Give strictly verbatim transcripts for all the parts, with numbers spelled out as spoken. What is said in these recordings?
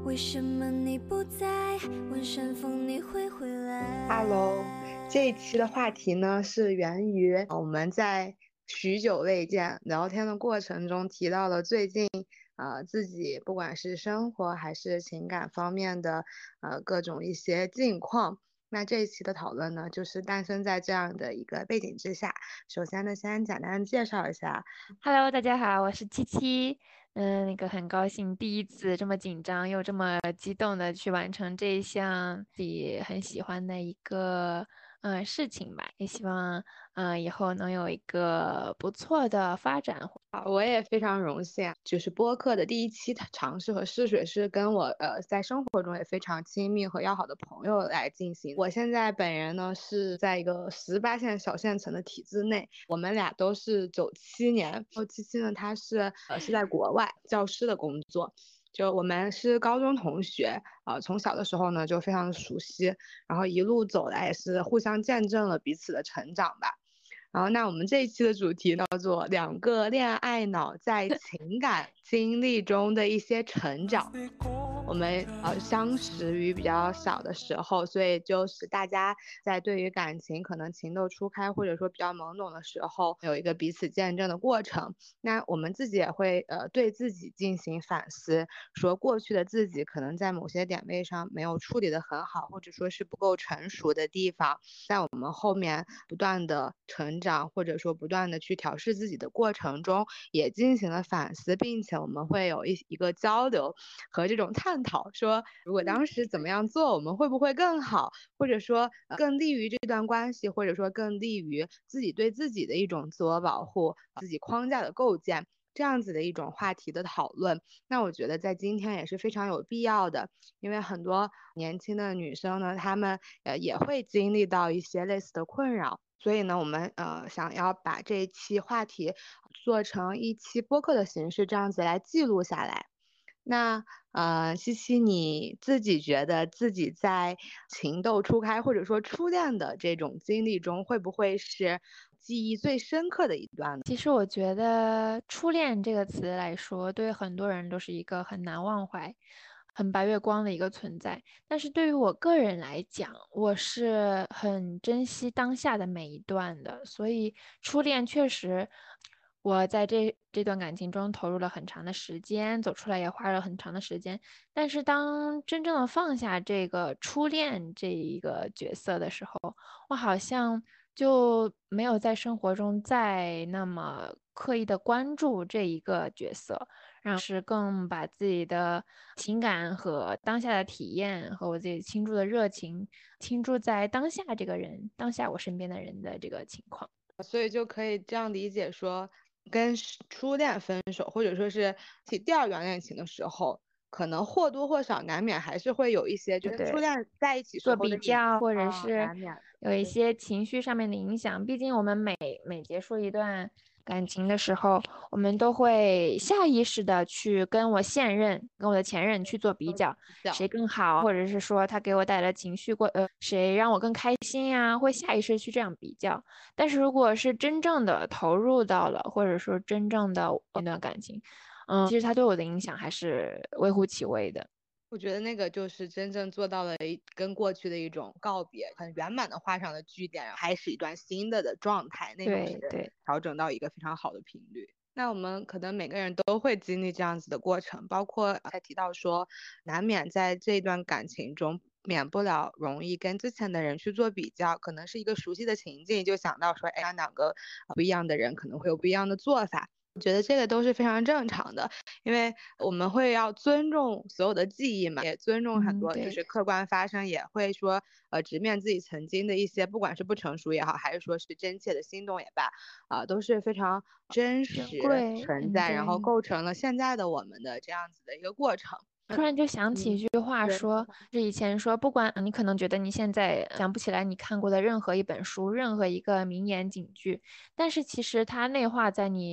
为什么你不在？问山峰你会回来。 Hello，这一期的话题呢是源于呃我们在许久未见聊天的过程中提到了最近呃自己不管是生活还是情感方面的呃各种一些近况。那这一期的讨论呢，就是诞生在这样的一个背景之下。首先呢，先简单介绍一下。 Hello，大家好，我是七七。嗯，那个很高兴第一次这么紧张又这么激动的去完成这一项自己很喜欢的一个嗯、呃事情吧，也希望嗯、呃以后能有一个不错的发展。 好，我也非常荣幸，就是播客的第一期尝试和试水是跟我呃在生活中也非常亲密和要好的朋友来进行。我现在本人呢是在一个十八线小县城的体制内，我们俩都是九七年，然后七七呢他是呃是在国外教师的工作。就我们是高中同学，呃，从小的时候呢就非常的熟悉，然后一路走来也是互相见证了彼此的成长吧。然后，那我们这一期的主题叫做两个恋爱脑在情感经历中的一些成长。我们呃相识于比较小的时候，所以就是大家在对于感情可能情窦初开或者说比较懵懂的时候，有一个彼此见证的过程。那我们自己也会呃对自己进行反思，说过去的自己可能在某些点位上没有处理得很好，或者说是不够成熟的地方，在我们后面不断的成长或者说不断的去调试自己的过程中，也进行了反思，并且我们会有一一个交流和这种探讨，说如果当时怎么样做，我们会不会更好，或者说呃更利于这段关系，或者说更利于自己对自己的一种自我保护，自己框架的构建。这样子的一种话题的讨论，那我觉得在今天也是非常有必要的，因为很多年轻的女生呢，她们呃也会经历到一些类似的困扰，所以呢，我们呃想要把这一期话题做成一期播客的形式，这样子来记录下来。那呃，西西你自己觉得自己在情窦初开或者说初恋的这种经历中，会不会是记忆最深刻的一段呢？ 其实我觉得初恋这个词来说，对很多人都是一个很难忘怀、很白月光的一个存在。但是对于我个人来讲，我是很珍惜当下的每一段的。所以初恋确实，我在这这段感情中投入了很长的时间，走出来也花了很长的时间。但是当真正的放下这个初恋这一个角色的时候，我好像就没有在生活中再那么刻意的关注这一个角色，然后是更把自己的情感和当下的体验和我自己倾注的热情倾注在当下这个人，当下我身边的人的这个情况。 所以就可以这样理解说，跟初恋分手，或者说是起第二段恋情的时候，可能或多或少难免还是会有一些，就跟初对对， 恋在一起时做候的影比较，或者啊， 是难免。 有一对， 些情绪上面的影响。毕竟我们每每结束一段感情的时候，我们都会下意识的去跟我现任、跟我的前任去做比做较， 比较。 谁更好，或者是说他给我带来的情绪过，呃，谁让我更开心呀，会下意识地去这样比较。但是如果是真正的投入到了，或者说真正的那段感情，嗯，其实他对我的影响还是微乎其微的。 我觉得那个就是真正做到了一跟过去的一种告别，很圆满的画上了句点，然后开始一段新的的状态，那种是对对。 调整到一个非常好的频率。那我们可能每个人都会经历这样子的过程，包括才提到说，难免在这段感情中免不了容易跟之前的人去做比较，可能是一个熟悉的情境，就想到说，哎，两个不一样的人可能会有不一样的做法。我觉得这个都是非常正常的，因为我们会要尊重所有的记忆嘛，也尊重很嗯， 多就对。 是客观发生，也会说呃直面自己曾经的一些，不管是不成熟也好，还是说是真切的心动也罢，啊、呃都是非常真珍实贵， 存在，然嗯对。 后构成了现在的我们的这样子的一个过程。 突然就想起一嗯， 句话对， 说，是以前说，不管你可能觉得你现在想不起来你看过的任何一本书，任何一个名言警句，但是其实它内化在你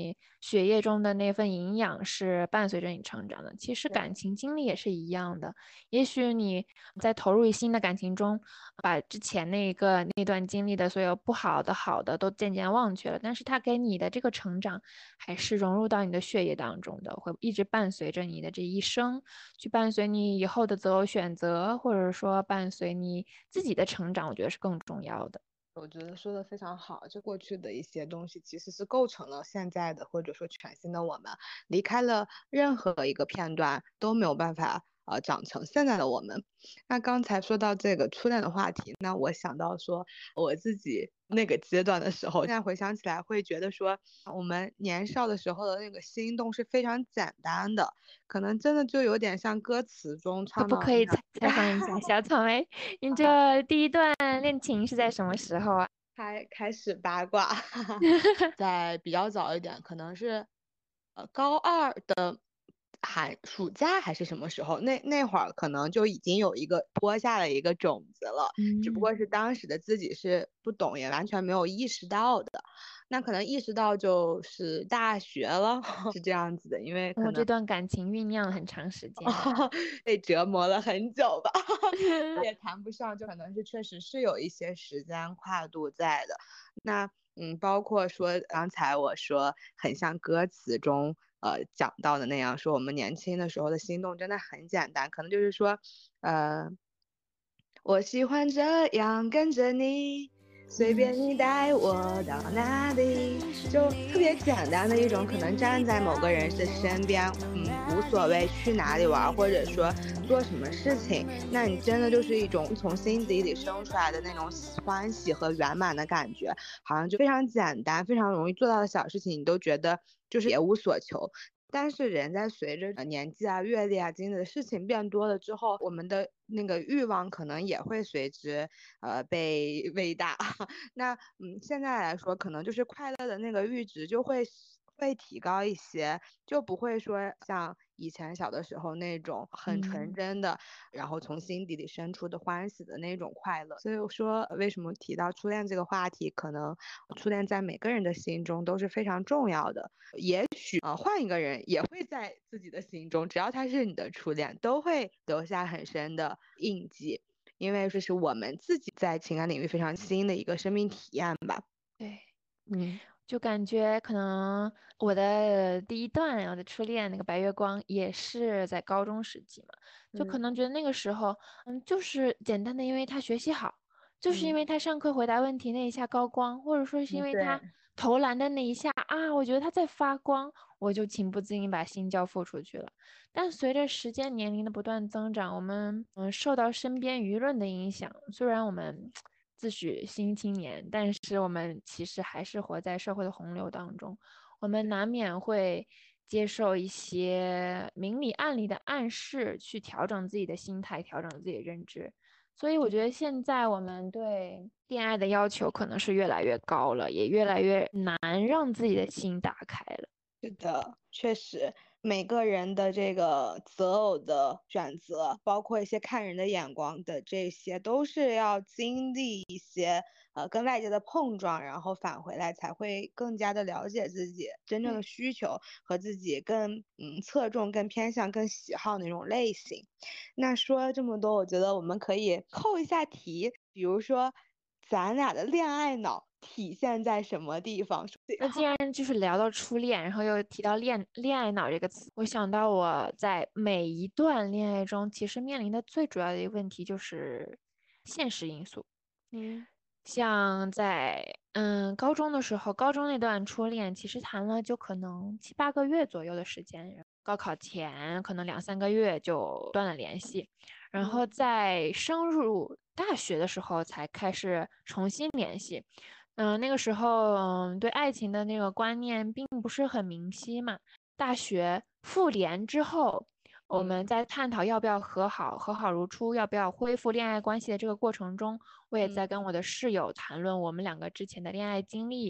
血液中的那份营养是伴随着你成长的。其实对感情经历也是一样的，也许你在投入新的感情中，把之前那个那段经历的所有不好的、好的都渐渐忘却了，但是它给你的这个成长还是融入到你的血液当中的，会一直伴随着你的这一生，去伴随你以后的择偶选择，或者说伴随你自己的成长，我觉得是更重要的。 我觉得说的非常好，就过去的一些东西其实是构成了现在的或者说全新的我们，离开了任何一个片段都没有办法呃长成现在的我们。那刚才说到这个初恋的话题，那我想到说我自己那个阶段的时候，现在回想起来会觉得说我们年少的时候的那个心动是非常简单的，可能真的就有点像歌词中可不唱到可以采采访一下小草莓，你这第一段恋情是在什么时候啊？ 开开始八卦，在比较早一点，可能是呃高二的寒暑假还是什么时候，那那会儿可能就已经有一个播下了一个种子了，只不嗯， 过是当时的自己是不懂，也完全没有意识到的。那可能意识到就是大学了，是这样子的，因为可能我这段感情酝酿了很长时间。 被折磨了很久吧，也谈不上，就可能是确实是有一些时间跨度在的。那嗯，包括说刚才我说很像歌词中呃讲到的那样，说我们年轻的时候的心动真的很简单，可能就是说呃我喜欢这样跟着你，随便你带我到哪里，就特别简单的一种，可能站在某个人的身边，嗯，无所谓去哪里玩，或者说做什么事情，那你真的就是一种从心底里生出来的那种欢喜和圆满的感觉，好像就非常简单，非常容易做到的小事情，你都觉得就是别无所求。但是人在随着年纪啊、阅历啊、经历的事情变多了之后，我们的那个欲望可能也会随之呃被喂大。那嗯，现在来说，可能就是快乐的那个阈值就会会提高一些，就不会说像以前小的时候那种很纯嗯， 真的，然后从心底里生出的欢喜的那种快乐。所以说，为什么提到初恋这个话题，可能初恋在每个人的心中都是非常重要的。也许啊、呃换一个人也会在自己的心中，只要他是你的初恋，都会留下很深的印记。因为这是我们自己在情感领域非常新的一个生命体验吧。 对。 嗯， 就感觉可能我的第一段我的初恋那个白月光也是在高中时期嘛，就可嗯能觉得那个时候，嗯，就是简单的因为他学习好，就是因嗯为他上课回答问题那一下高光，或者说是因嗯，对， 为他投篮的那一下啊，我觉得他在发光，我就情不自禁把心交付出去了。但随着时间年龄的不断增长，我们嗯受到身边舆论的影响，虽然我们自诩新青年，但是我们其实还是活在社会的洪流当中，我们难免会接受一些明里暗里的暗示，去调整自己的心态，调整自己的认知。所以我觉得现在我们对恋爱的要求可能是越来越高了，也越来越难让自己的心打开了。 是的，确实，每个人的这个择偶的选择，包括一些看人的眼光的这些，都是要经历一些呃跟外界的碰撞，然后返回来才会更加的了解自己真正的对， 需求和自己更嗯侧重、更偏向、更喜好那种类型。那说了这么多，我觉得我们可以扣一下题，比如说咱俩的恋爱脑体现在什么地方？ 那既然就是聊到初恋，然后又提到恋恋爱脑这个词，我想到我在每一段恋爱中，其实面临的最主要的一个问题就是现实因素。 嗯像在嗯高中的时候，高中那段初恋，其实谈了就可能七八个月左右的时间，高考前可能两三个月就断了联系，然后嗯在升入大学的时候才开始重新联系。嗯，那个时候，嗯，对爱情的那个观念并不是很明晰嘛。大学复联之后，我嗯们在探讨要不要和好、和好如初，要不要恢复恋爱关系的这个过程中，我也嗯在跟我的室友谈论我们两个之前的恋爱经历。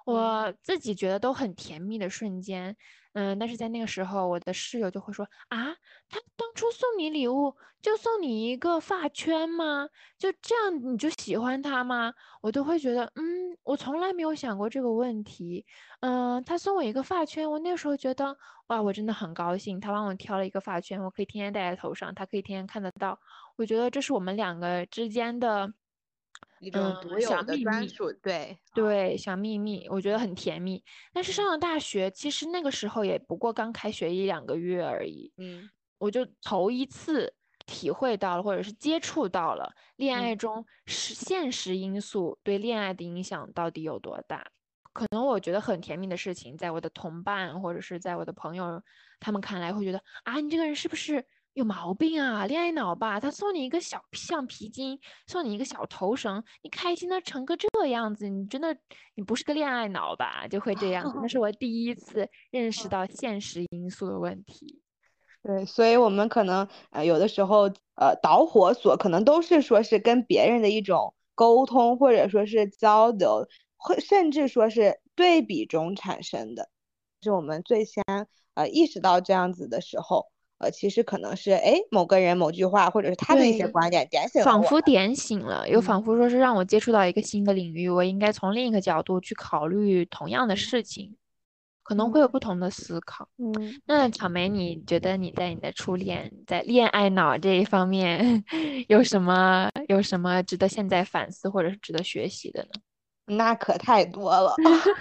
我自己觉得都很甜蜜的瞬间。嗯，但是在那个时候，我的室友就会说啊，他当初送你礼物就送你一个发圈吗？就这样你就喜欢他吗？我都会觉得，嗯，我从来没有想过这个问题。嗯，他送我一个发圈，我那时候觉得，哇，我真的很高兴，他帮我挑了一个发圈，我可以天天戴在头上，他可以天天看得到。我觉得这是我们两个之间的， 一种独嗯，小有的秘密。 专属，对， 对，小秘密，我觉得很甜蜜。但是嗯上了大学，其实那个时候也不过刚开学一两个月而已， 嗯我就头一次体会到了，或者是接触到了恋爱嗯中是现实因素对恋爱的影响到底有多大。可能我觉得很甜蜜的事情，在我的同伴或者是在我的朋友他们看来，会觉得啊，你这个人是不是有毛病啊？恋爱脑吧？他送你一个小橡皮筋，送你一个小头绳，你开心的成个这样子，你真的你不是个恋爱脑吧？就会这样子。那是我第一次认识到现实因素的问题。 对，所以我们可能呃有的时候呃导火索可能都是说是跟别人的一种沟通，或者说是交流，会甚至说是对比中产生的。是我们最先呃意识到这样子的时候，呃其实可能是哎某个人某句话，或者是他的一些对， 观点点醒了我们。 仿佛点醒了，又嗯仿佛说是让我接触到一个新的领域，我应该从另一个角度去考虑同样的嗯事情，可能会有嗯不同的思考。 嗯。 那草莓，你觉得你在你的初恋，在恋爱脑这一方面有什么有什么值得现在反思或者是值得学习的呢？ 那可太多了。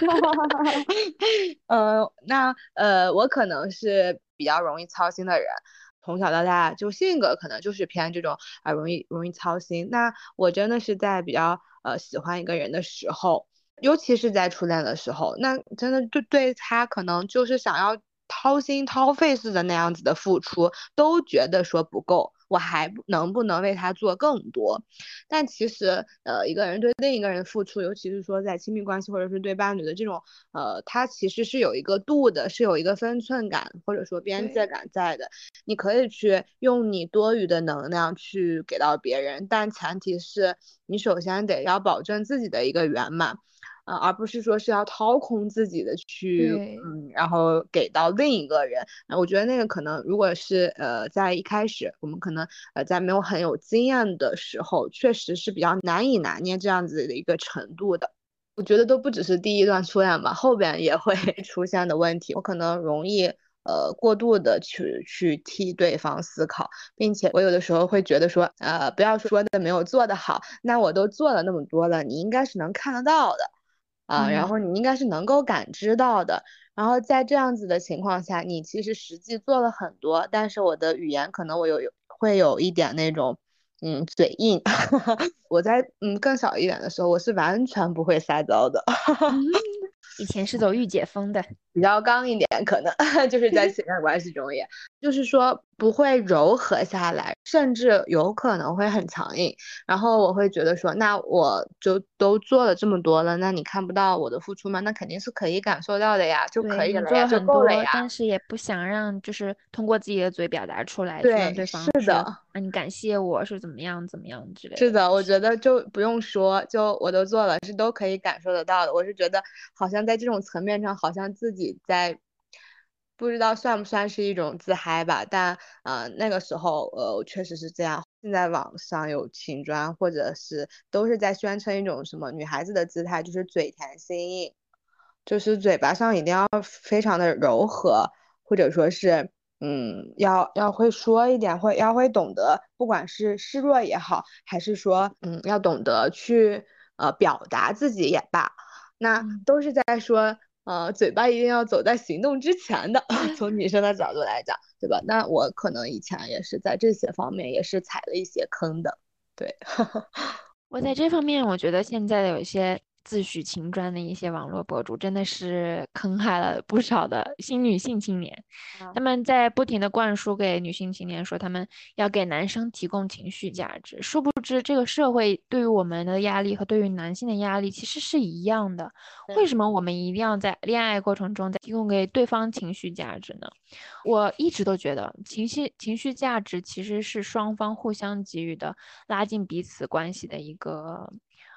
嗯，那呃，我可能是比较容易操心的人，从小到大就性格可能就是偏这种啊、容易容易操心。那我真的是在比较呃喜欢一个人的时候，尤其是在初恋的时候，那真的对对他可能就是想要掏心掏肺似的那样子的付出，都觉得说不够，我还不能不能为他做更多。但其实，呃，一个人对另一个人付出，尤其是说在亲密关系或者是对伴侣的这种，呃，他其实是有一个度的，是有一个分寸感或者说边界对感在的。你可以去用你多余的能量去给到别人，但前提是你首先得要保证自己的一个圆满。呃，而不是说是要掏空自己的去， 对， 嗯，然后给到另一个人。呃我觉得那个可能，如果是呃在一开始，我们可能呃在没有很有经验的时候，确实是比较难以拿捏这样子的一个程度的。我觉得都不只是第一段初恋吧，后边也会出现的问题，我可能容易呃过度的去去替对方思考，并且我有的时候会觉得说，呃，不要说的没有做得好，那我都做了那么多了，你应该是能看得到的。啊，然后嗯。 你应该是能够感知到的。然后在这样子的情况下，你其实实际做了很多，但是我的语言可能我有有会有一点那种，嗯，嘴硬。我在嗯更小一点的时候，我是完全不会撒娇的。 嗯，以前是走御姐风的。 比较刚一点，可能就是在情感关系中也，就是说不会柔和下来，甚至有可能会很强硬。然后我会觉得说，那我就都做了这么多了，那你看不到我的付出吗？那肯定是可以感受到的呀，就可以了呀， 对，你做了就很多， 够了呀。 但是也不想让，就是通过自己的嘴表达出来，去让对， 对是方是的。 啊，你感谢我是怎么样怎么样之类的是的，我东西。 觉得就不用说，就我都做了，是都可以感受得到的。我是觉得好像在这种层面上，好像自己在不知道算不算是一种自嗨吧。但呃那个时候呃确实是这样。现在网上有情专，或者是都是在宣称一种什么女孩子的姿态，就是嘴甜心硬，就是嘴巴上一定要非常的柔和，或者说是。嗯，要要会说一点，会要会懂得，不管是示弱也好，还是说，嗯，要懂得去呃表达自己也罢，那嗯。 都是在说，呃，嘴巴一定要走在行动之前的。从女生的角度来讲，对吧？那我可能以前也是在这些方面也是踩了一些坑的，对。 我在这方面，我觉得现在的有一些自诩情专的一些网络博主，真的是坑害了不少的新女性青年。他啊， 们在不停的灌输给女性青年说，他们要给男生提供情绪价值，殊不知这个社会对于我们的压力和对于男性的压力其实是一样的。为对， 什么我们一定要在恋爱过程中再提供给对方情绪价值呢？我一直都觉得情绪情绪价值其实是双方互相给予的，拉近彼此关系的一个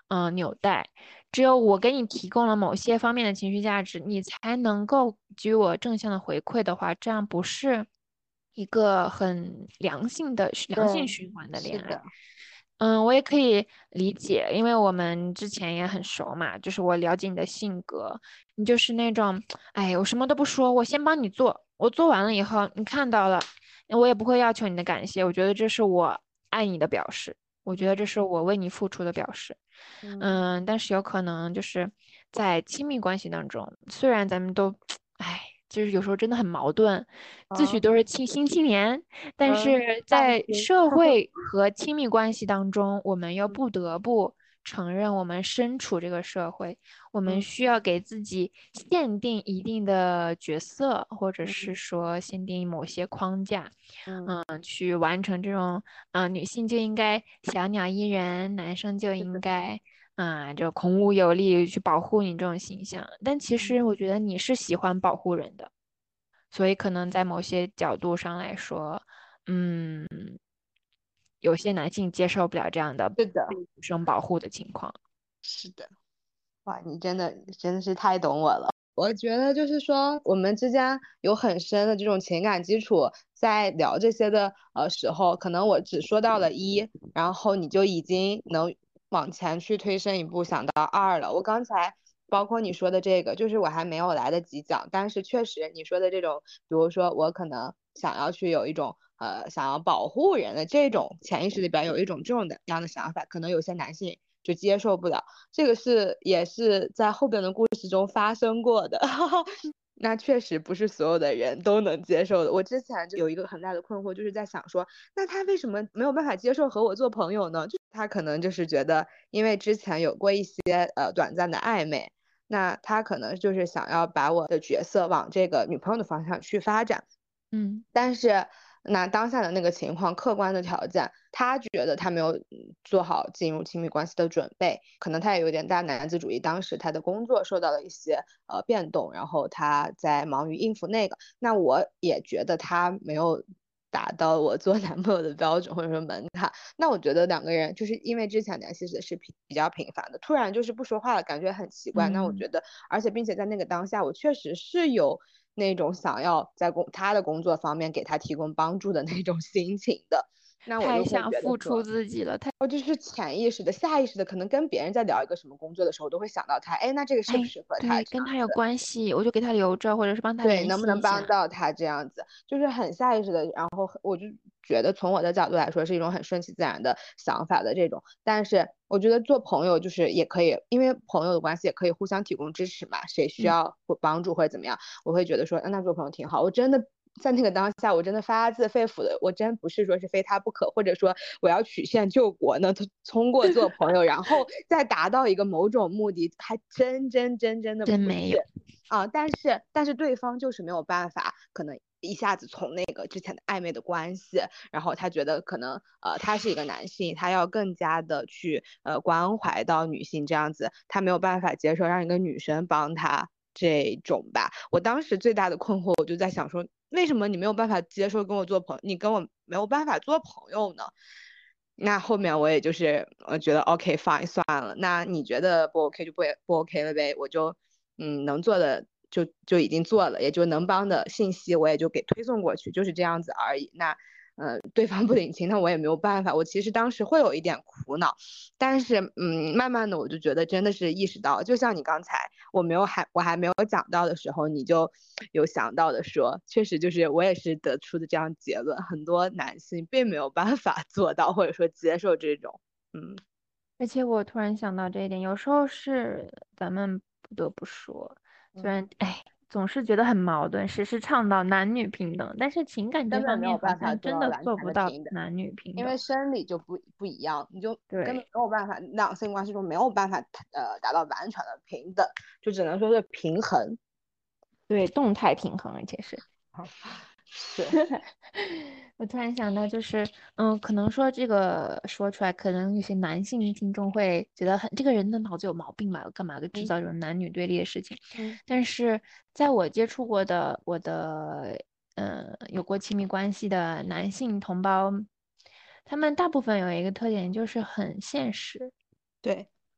嗯、呃纽带。只有我给你提供了某些方面的情绪价值，你才能够给予我正向的回馈的话，这样不是一个很良性的良性对， 循环的恋爱。 是的， 嗯，我也可以理解，因为我们之前也很熟嘛，就是我了解你的性格，你就是那种，哎，我什么都不说，我先帮你做，我做完了以后，你看到了，我也不会要求你的感谢，我觉得这是我爱你的表示，我觉得这是我为你付出的表示。 嗯， 嗯，但是有可能就是在亲密关系当中，虽然咱们都，哎，就是有时候真的很矛盾，自诩啊， 都是青新青年，但嗯， 是在放心， 社会和亲密关系当中，我们又不得不承认我们身处这个社会，我们嗯需要给自己限定一定的角色，或者是嗯说限定某些框架。 嗯， 嗯，去完成这种，嗯、女性就应该小鸟依人，男生就是的， 应该，啊、就孔武有力去保护你这种形象。但其嗯实我觉得你是喜欢保护人的，所以可能在某些角度上来说，嗯，有些男性接受不了这样的是的， 被女生保护的情况。 是的。哇，你真的真的是太懂我了。我觉得就是说，我们之间有很深的这种情感基础，在聊这些的呃时候，可能我只说到了一，然后你就已经能往前去推升一步，想到二了。我刚才包括你说的这个，就是我还没有来得及讲，但是确实你说的这种，比如说我可能想要去有一种呃想要保护人的这种潜意识里边有一种这种的样的想法，可能有些男性就接受不了。这个是也是在后边的故事中发生过的。那确实不是所有的人都能接受的。我之前就有一个很大的困惑，就是在想说，那他为什么没有办法接受和我做朋友呢？就他可能就是觉得，因为之前有过一些呃短暂的暧昧，那他可能就是想要把我的角色往这个女朋友的方向去发展。 嗯， 但是那当下的那个情况，客观的条件，他觉得他没有做好进入亲密关系的准备，可能他也有点大男子主义。当时他的工作受到了一些呃变动，然后他在忙于应付那个。那我也觉得他没有达到我做男朋友的标准或者说门槛。那我觉得两个人就是因为之前联系的是比比较频繁的，突然就是不说话了，感觉很奇怪。那我嗯， 觉得，而且并且在那个当下，我确实是有那种想要在工他的工作方面给他提供帮助的那种心情的。那我太就会想付出觉得说， 自己了，太， 哦，就是潜意识的、下意识的，可能跟别人在聊一个什么工作的时候，我都会想到他，哎，那这个适不哎， 适合他对， 这样跟他有子？ 关系，我就给他留着，或者是帮他对， 联能不能系一下。 帮到他这样子，就是很下意识的，然后我就觉得从我的角度来说是一种很顺其自然的想法的这种，但是我觉得做朋友就是也可以，因为朋友的关系也可以互相提供支持嘛，谁需嗯， 要或帮助或者怎么样，我会觉得说，那那做朋友挺好。我真的在那个当下，我真的发自肺腑的，我真不是说是非他不可，或者说我要曲线救国呢，通过做朋友，然后再达到一个某种目的，还真真真真的不是。 真没有， 啊，但是但是对方就是没有办法，可能一下子从那个之前的暧昧的关系，然后他觉得可能呃他是一个男性，他要更加的去呃关怀到女性这样子，他没有办法接受让一个女生帮他这种吧。我当时最大的困惑，我就在想说，为什么你没有办法接受跟我做朋友，你跟我没有办法做朋友呢？那后面我也就是我觉得 OK fine 算了，那你觉得不 OK 就不不 OK 了呗，我就嗯能做的就就已经做了，也就能帮的信息我也就给推送过去，就是这样子而已。那呃对方不领情，那我也没有办法。我其实当时会有一点苦恼，但是嗯慢慢的我就觉得真的是意识到，就像你刚才我没有还我还没有讲到的时候，你就有想到的说，确实就是我也是得出的这样结论，很多男性并没有办法做到或者说接受这种，嗯而且我突然想到这一点，有时候是咱们不得不说，虽嗯， 然哎总是觉得很矛盾，时时倡导男女平等，但是情感这根本方面好没有办法像真的做到完做不到全的平等。 男女平等。 因为生理就不不一样，你就根本对没有办法，两性关系中没有办法呃达到完全的平等，就只能说是平衡。 对，动态平衡，而且是。 是， 我突然想到，就是，嗯，可能说这个说出来，可能有些男性听众会觉得很，这个人的脑子有毛病吧？干嘛制嗯造这种男女对立的事情？ 嗯但是在我接触过的，我的，呃，有过亲密关系的男性同胞，他们大部分有一个特点，就是很现实。 对，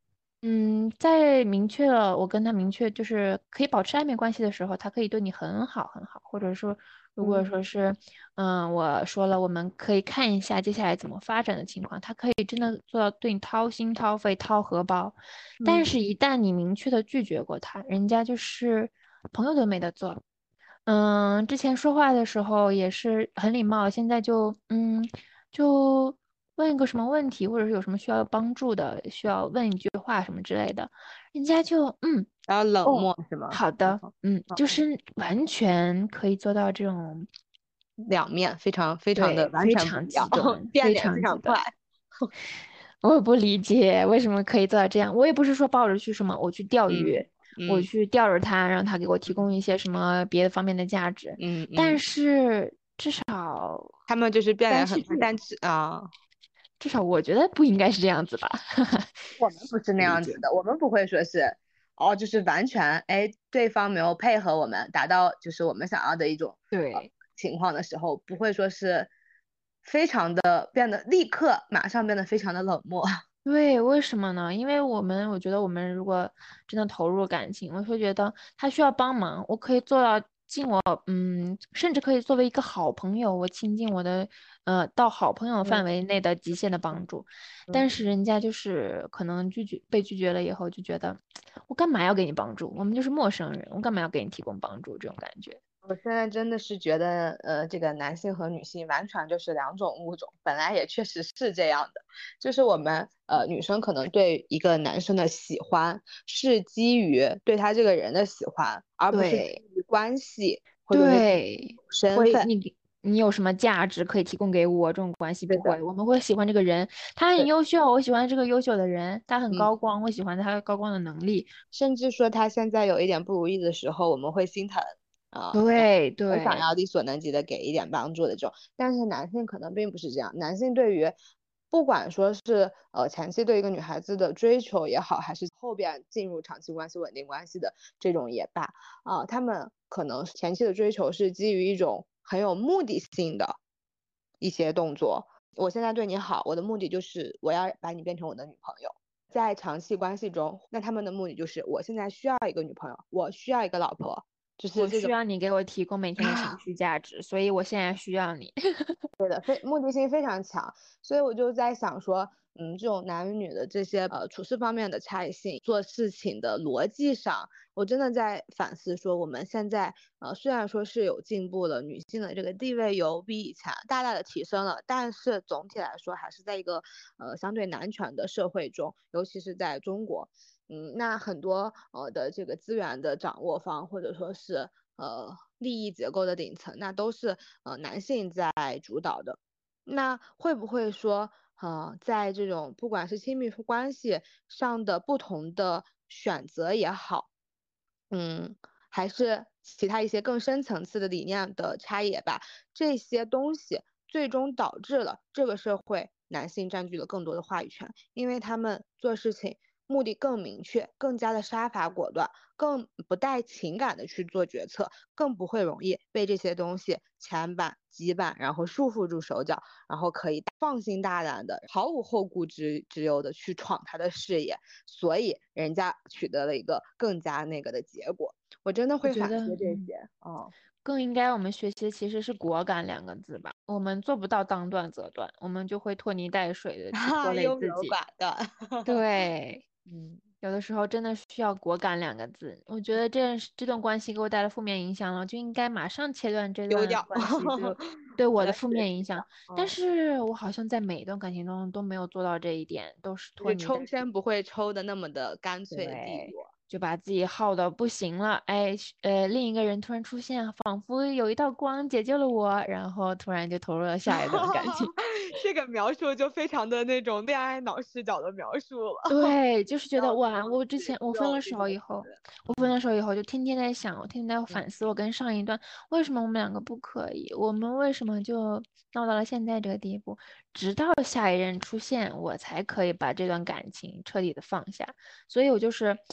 嗯，在明确了我跟他明确就是可以保持暧昧关系的时候，他可以对你很好很好，或者说如果嗯说是，嗯，我说了我们可以看一下接下来怎么发展的情况，他可以真的做到对你掏心掏肺掏荷包，但嗯是一旦你明确的拒绝过他，人家就是朋友都没得做。嗯，之前说话的时候也是很礼貌，现在就嗯，就问一个什么问题，或者是有什么需要帮助的，需要问一句话什么之类的，人家就嗯然后冷哦， 漠是吗？ 好的， 然后嗯， 嗯就是完全可以做到这种， 两面非常非常的对， 完非常全不一样， 极端， 变非脸非常快。 常极端。我也不理解为什么可以做到这样。我也不是说抱着去什么，我去钓嗯鱼，我嗯去钓着他，让他给我提嗯供一些什么别的方面的价值。但嗯嗯， 是至少他们就是变脸很快， 干系数， 但是啊。 至少我觉得不应该是这样子吧。 我们不是那不理解。 样子的，我们不会说是，哦，就是完全，哎，对方没有配合我们，达到就是我们想要的一种呃对情况的时候，不会说是非常的变得立刻马上变得非常的冷漠。 对，为什么呢？因为我们，我觉得我们如果真的投入感情，我会觉得他需要帮忙，我可以做到尽我，嗯，甚至可以作为一个好朋友，我亲近我的，呃，到好朋友范嗯围内的极限的帮助。但嗯。 是人家就是可能拒绝，被拒绝了以后，就觉得我干嘛要给你帮助？我们就是陌生人，我干嘛要给你提供帮助？这种感觉。 我现在真的是觉得，呃，这个男性和女性完全就是两种物种，本来也确实是这样的，就是我们呃女生可能对一个男生的喜欢是基于对他这个人的喜欢，而不是基对。 于关系或者是对， 身份。 会你你有什么价值可以提供给我？这种关系对的， 不会，我们会喜欢这个人，他很对， 优秀，我喜欢这个优秀的人，他很嗯， 高光，我喜欢他高光的能力。 甚至说他现在有一点不如意的时候，我们会心疼啊，然后对我想对要力所能及的给一点帮助的这种。但是男性可能并不是这样，男性对于不管说是呃前期对一个女孩子的追求也好，还是后边进入长期关系、稳定关系的这种也罢，啊、他们可能前期的追求是基于一种很有目的性的一些动作。我现在对你好，我的目的就是我要把你变成我的女朋友。在长期关系中，那他们的目的就是我现在需要一个女朋友，我需要一个老婆，就是我需这种。 要你给我提供每天的情绪价值，所以我现在需要你。 对的，非目的性非常强，所以我就在想说，嗯，这种男与女的这些呃处事方面的差异性，做事情的逻辑上，我真的在反思说，我们现在呃虽然说是有进步了，女性的这个地位有比以前大大的提升了，但是总体来说还是在一个呃相对男权的社会中，尤其是在中国。嗯，那很多呃的这个资源的掌握方，或者说是呃利益结构的顶层，那都是呃男性在主导的。那会不会说，呃，在这种不管是亲密关系上的不同的选择也好，嗯，还是其他一些更深层次的理念的差异也罢，这些东西最终导致了这个社会男性占据了更多的话语权，因为他们做事情目的更明确，更加的杀伐果断，更不带情感的去做决策，更不会容易被这些东西牵绊、羁绊，然后束缚住手脚，然后可以放心大胆的、毫无后顾之之忧的去闯他的事业，所以人家取得了一个更加那个的结果。我真的我觉得， 会反思这嗯， 些，哦， 更应该我们学习的其实是果敢两个字吧。我们做不到当断则断，我们就会拖泥带水的去拖哈， 累优柔自己。 寡断， 对， 嗯， 有的时候真的需要果敢两个字。我觉得这这段关系给我带来负面影响了，就应该马上切断这丢掉， 段关系对对我在我的负学习的， 面影响。但嗯。 是我好像在每一段感情中都没有做到这一点，都是拖就是泥带水。 抽签不会抽的那么的干脆利对， 落。 就把自己耗的不行了。哎，呃，另一个人突然出现，仿佛有一道光解救了我，然后突然就投入了下一段感情。 这个描述就非常的那种恋爱脑视角的描述了。 对，就是觉要说得哇，我之前节我分了奏这些手以后， 词， 我分了手以后就天天在想，我天天在嗯反思我跟上一段为什么我们两个不可以，我们为什么就闹到了现在这个地步，直到下一任出现，我才可以把这段感情彻底的放下。所以我就是我也这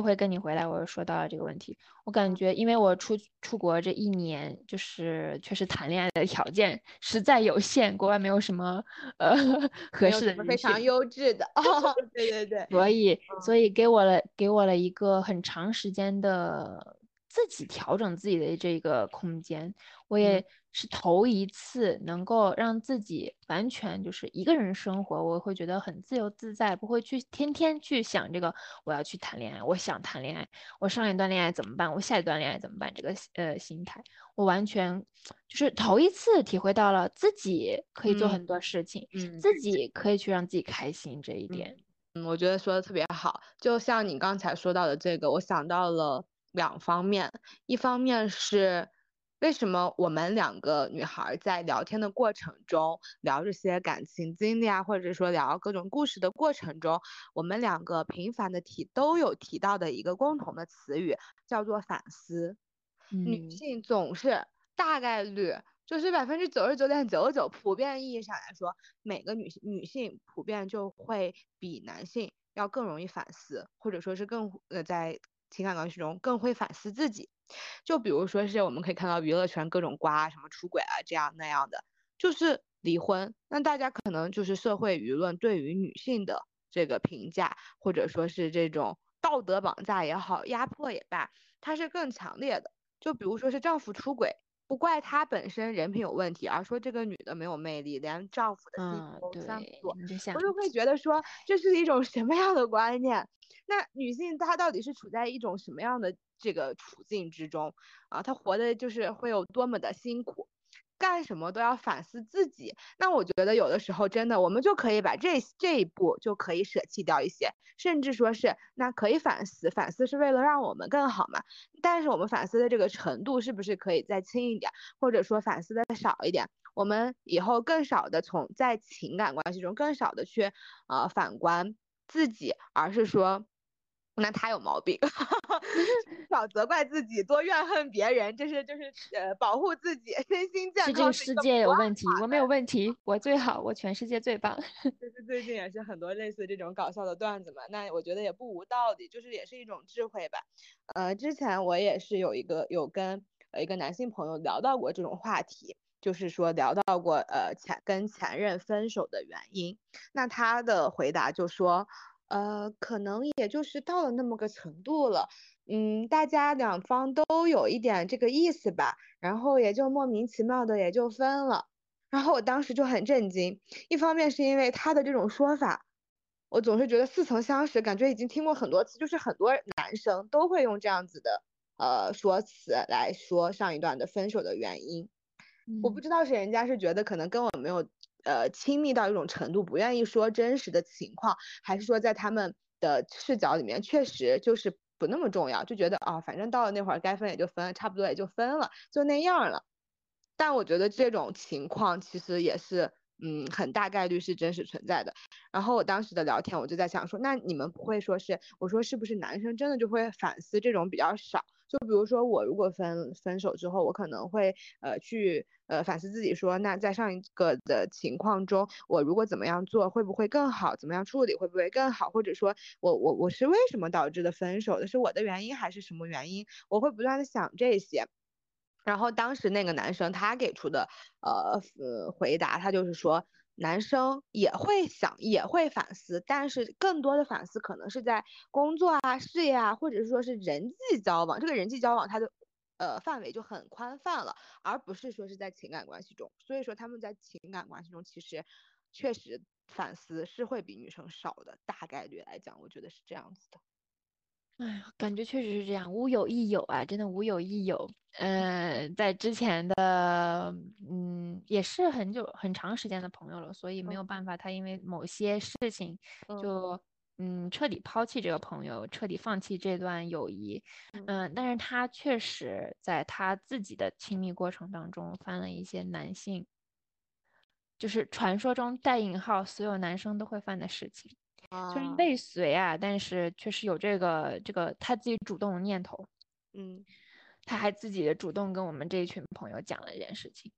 这回跟你回来，我又说到了这个问题。我感觉，因为我出出国这一年，就是确实谈恋爱的条件实在有限，国外没有什么呃合适的人非常优质的哦，对对对， 所以嗯所以给我了给我了一个很长时间的自己调整自己的这个空间。我嗯也是头一次能够让自己完全就是一个人生活，我会觉得很自由自在，不会去天天去想这个我要去谈恋爱，我想谈恋爱，我上一段恋爱怎么办，我下一段恋爱怎么办这个呃心态。我完全就是头一次体会到了自己可以做嗯很多事情， 嗯自己可以去让自己开心这一点。 嗯，我觉得说的特别好。就像你刚才说到的这个，我想到了两方面，一方面是为什么我们两个女孩在聊天的过程中，聊这些感情经历啊，或者说聊各种故事的过程中，我们两个频繁的提都有提到的一个共同的词语，叫做反思。女嗯性总是大概率就是百分之九十九点九九，普遍意义上来说，每个女性女性普遍就会比男性要更容易反思，或者说是更呃在情感关系中更会反思自己。就比如说是我们可以看到娱乐圈各种瓜，什么出轨啊这样那样的，就是离婚。那大家可能就是社会舆论对于女性的这个评价，或者说是这种道德绑架也好，压迫也罢，它是更强烈的。就比如说是丈夫出轨，不怪他本身人品有问题，而说这个女的没有魅力，连丈夫的心嗯， 都算不对， 住。 你就想我就会觉得说，这是一种什么样的观念？那女性她到底是处在一种什么样的这个处境之中啊？她活的就是会有多么的辛苦？干什么都要反思自己，那我觉得有的时候真的，我们就可以把这这一步就可以舍弃掉一些，甚至说是那可以反思，反思是为了让我们更好嘛。但是我们反思的这个程度是不是可以再轻一点，或者说反思的少一点？我们以后更少的从在情感关系中更少的去呃反观自己，而是说。那他有毛病，少责怪自己，多怨恨别人，这是就是呃保护自己身心健是这个康是一世界个不二有问题，我没有法门。 问题，我最好，我全世界最棒。 就是最近也是很多类似这种搞笑的段子嘛，那我觉得也不无道理，就是也是一种智慧吧。呃，之前我也是有一个有跟呃一个男性朋友聊到过这种话题，就是说聊到过呃前跟前任分手的原因，那他的回答就说，呃，可能也就是到了那么个程度了，嗯，大家两方都有一点这个意思吧，然后也就莫名其妙的也就分了。然后我当时就很震惊，一方面是因为他的这种说法，我总是觉得似曾相识，感觉已经听过很多次，就是很多男生都会用这样子的呃说辞来说上一段的分手的原因。我不嗯知道是人家是觉得可能跟我没有呃亲密到一种程度，不愿意说真实的情况，还是说在他们的视角里面确实就是不那么重要，就觉得啊，反正到了那会儿该分也就分，差不多也就分了，就那样了。但我觉得这种情况其实也是，嗯，很大概率是真实存在的。然后我当时的聊天，我就在想说，那你们不会说是，我说是不是男生真的就会反思这种比较少？就比如说我如果分分手之后，我可能会呃去呃反思自己说，那在上一个的情况中，我如果怎么样做会不会更好？怎么样处理会不会更好？或者说我我我是为什么导致的分手的？是我的原因还是什么原因？我会不断的想这些。然后当时那个男生他给出的呃呃回答，他就是说，男生也会想，也会反思，但是更多的反思可能是在工作啊、事业啊，或者是说是人际交往。这个人际交往它的呃范围就很宽泛了，而不是说是在情感关系中。所以说他们在情感关系中其实确实反思是会比女生少的，大概率来讲，我觉得是这样子的。 哎呀，感觉确实是这样，无有亦有啊，真的无有亦有。呃，在之前的，嗯，也是很久很长时间的朋友了，所以没有嗯办法，他因为某些事情嗯就，嗯，彻底抛弃这个朋友，彻底放弃这段友谊。 嗯嗯，但是他确实在他自己的亲密过程当中犯了一些男性，就是传说中带引号所有男生都会犯的事情。虽然啊未遂啊，但是确实有这个这个他自己主动的念头， 嗯他还自己主动跟我们这一群朋友讲了这件事情，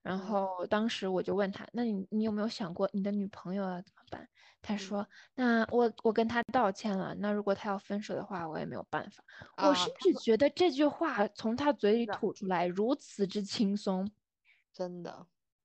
然嗯后当时我就问他，那你你有没有想过你的女朋友要怎么办？他嗯说，那我我跟他道歉了，那如果他要分手的话，我也没有办法。我啊， 甚他们至觉得这句话从他嘴里是的， 吐出来如此之轻松， 真的，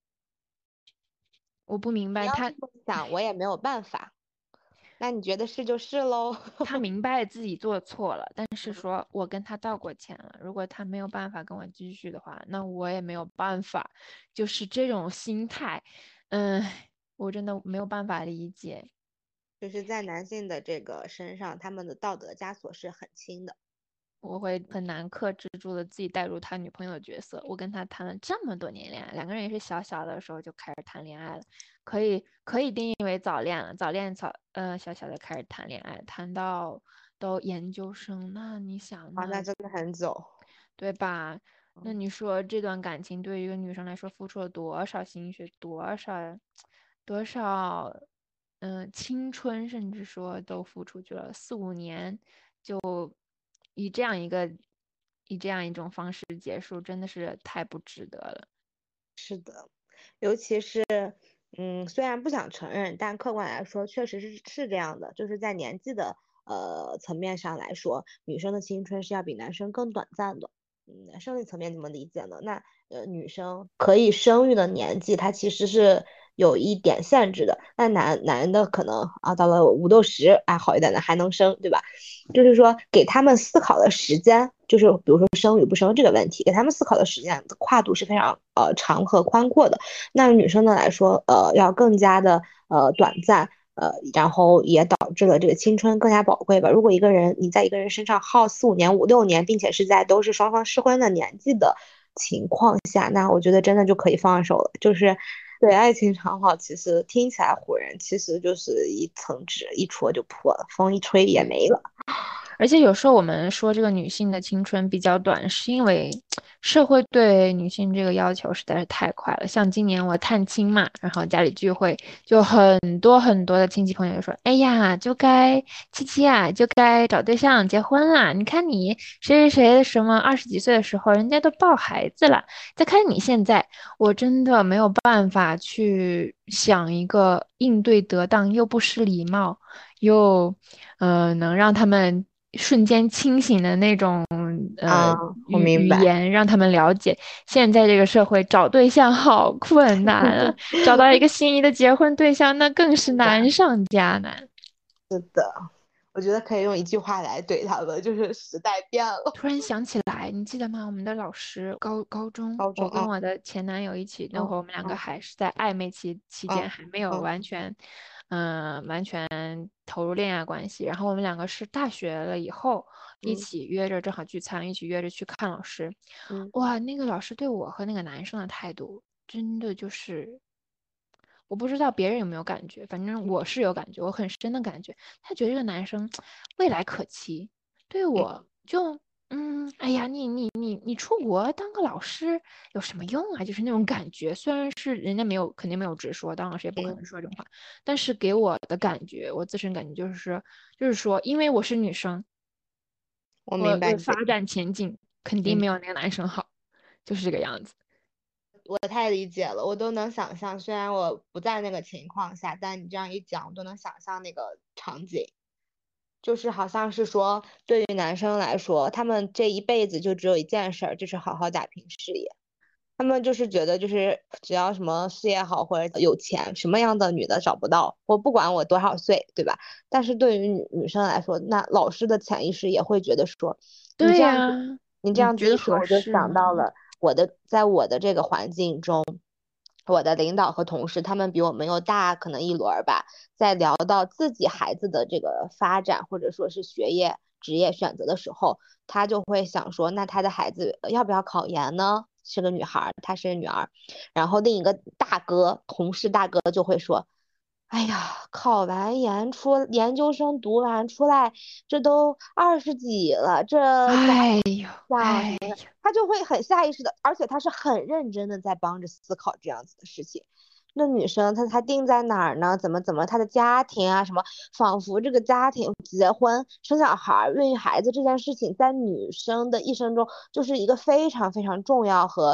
我不明白他你要这么想，我也没有办法。那你觉得是就是喽？ 他明白自己做错了，但是嗯说我跟他道过歉了，如果他没有办法跟我继续的话，那我也没有办法，就是这种心态，嗯，我真的没有办法理解。 就是在男性的这个身上，他们的道德枷锁是很轻的。 我会很难克制住的自己带入他女朋友的角色。我跟他谈了这么多年恋爱，两个人也是小小的时候就开始谈恋爱了，可以可以定义为早恋了。早恋早呃小小的开始谈恋爱，谈到都研究生，那你想啊，那那真的很久。 对吧？那嗯你说这段感情对于一个女生来说付出了多少心血，多少多少嗯、青春，甚至说都付出去了四五年，就以这样一个以这样一种方式结束，真的是太不值得了。 是的，尤其是，嗯，虽然不想承认，但客观来说，确实是是这样的。就是在年纪的呃层面上来说，女生的青春是要比男生更短暂的。嗯，生理层面怎么理解呢？那呃，女生可以生育的年纪，它其实是有一点限制的。那男男的可能啊，到了五六十，哎，好一点的还能生，对吧？就是说给他们思考的时间，就是比如说生与不生这个问题，给他们思考的时间的跨度是非常呃长和宽阔的。那女生的来说，呃，要更加的呃短暂。呃，然后也导致了这个青春更加宝贵吧。如果一个人你在一个人身上耗四五年、五六年，并且是在都是双方适婚的年纪的情况下，那我觉得真的就可以放手了。就是对爱情长跑，其实听起来唬人，其实就是一层纸一戳就破了，风一吹也没了。 而且有时候我们说这个女性的青春比较短，是因为社会对女性这个要求实在是太快了。像今年我探亲嘛，然后家里聚会，就很多很多的亲戚朋友说：“哎呀，就该七七啊，就该找对象结婚啦！你看你谁谁谁的什么二十几岁的时候，人家都抱孩子了，再看你现在，我真的没有办法去想一个应对得当又不失礼貌。”又呃能让他们瞬间清醒的那种呃啊，我语语明白。 言，让他们了解现在这个社会找对象好困难啊，找到一个心仪的结婚对象那更是是的， 难上加难。 是的，我觉得可以用一句话来怼他们，就是时代变了。 突然想起来，你记得吗？我们的老师高高中，我高中啊， 跟我的前男友一起，那嗯会儿我们两个嗯还是在暧昧期期间， 嗯还没有嗯完全，嗯、完全投入恋爱关系。然后我们两个是大学了以后一嗯起约着，正好聚餐，一起约着去看老师。 嗯哇，那个老师对我和那个男生的态度，真的就是，我不知道别人有没有感觉，反正我是有感觉，我很深的感觉，他觉得这个男生未来可期。对嗯我就嗯，哎呀，你你你你出国当个老师有什么用啊？就是那种感觉，虽然是人家没有肯定没有直说，当老师也不可嗯， 能说这种话，但是给我的感觉，我自身感觉就是说，就是说，因为我是女生， 我我明白你的意思。 我发展前景肯定嗯， 没有那个男生好，就是这个样子。 我太理解了，我都能想象。虽然我不在那个情况下，但你这样一讲，我都能想象那个场景。就是好像是说，对于男生来说，他们这一辈子就只有一件事儿，就是好好打拼事业。他们就是觉得，就是只要什么事业好或者有钱，什么样的女的找不到，我不管我多少岁，对吧？但是对于女女生来说，那老师的潜意识也会觉得说，你这样子， 对呀， 你这你样子一说， 觉得合我就适吗？ 想到了我的，在我的这个环境中，我的领导和同事，他们比我们又大可能一轮儿吧，在聊到自己孩子的这个发展或者说是学业、职业选择的时候，他就会想说，那他的孩子呃要不要考研呢？是个女孩儿，她是女儿。然后另一个大哥，同事大哥就会说，哎呀，考完研出研究生读完出来，这都二十几了，这咋哎呦， 想什么的？ 哎呦， 他就会很下意识的，而且他是很认真的在帮着思考这样子的事情。那女生她她定在哪儿呢？怎么怎么她的家庭啊什么，仿佛这个家庭、结婚、生小孩、孕育孩子这件事情，在女生的一生中就是一个非常非常重要和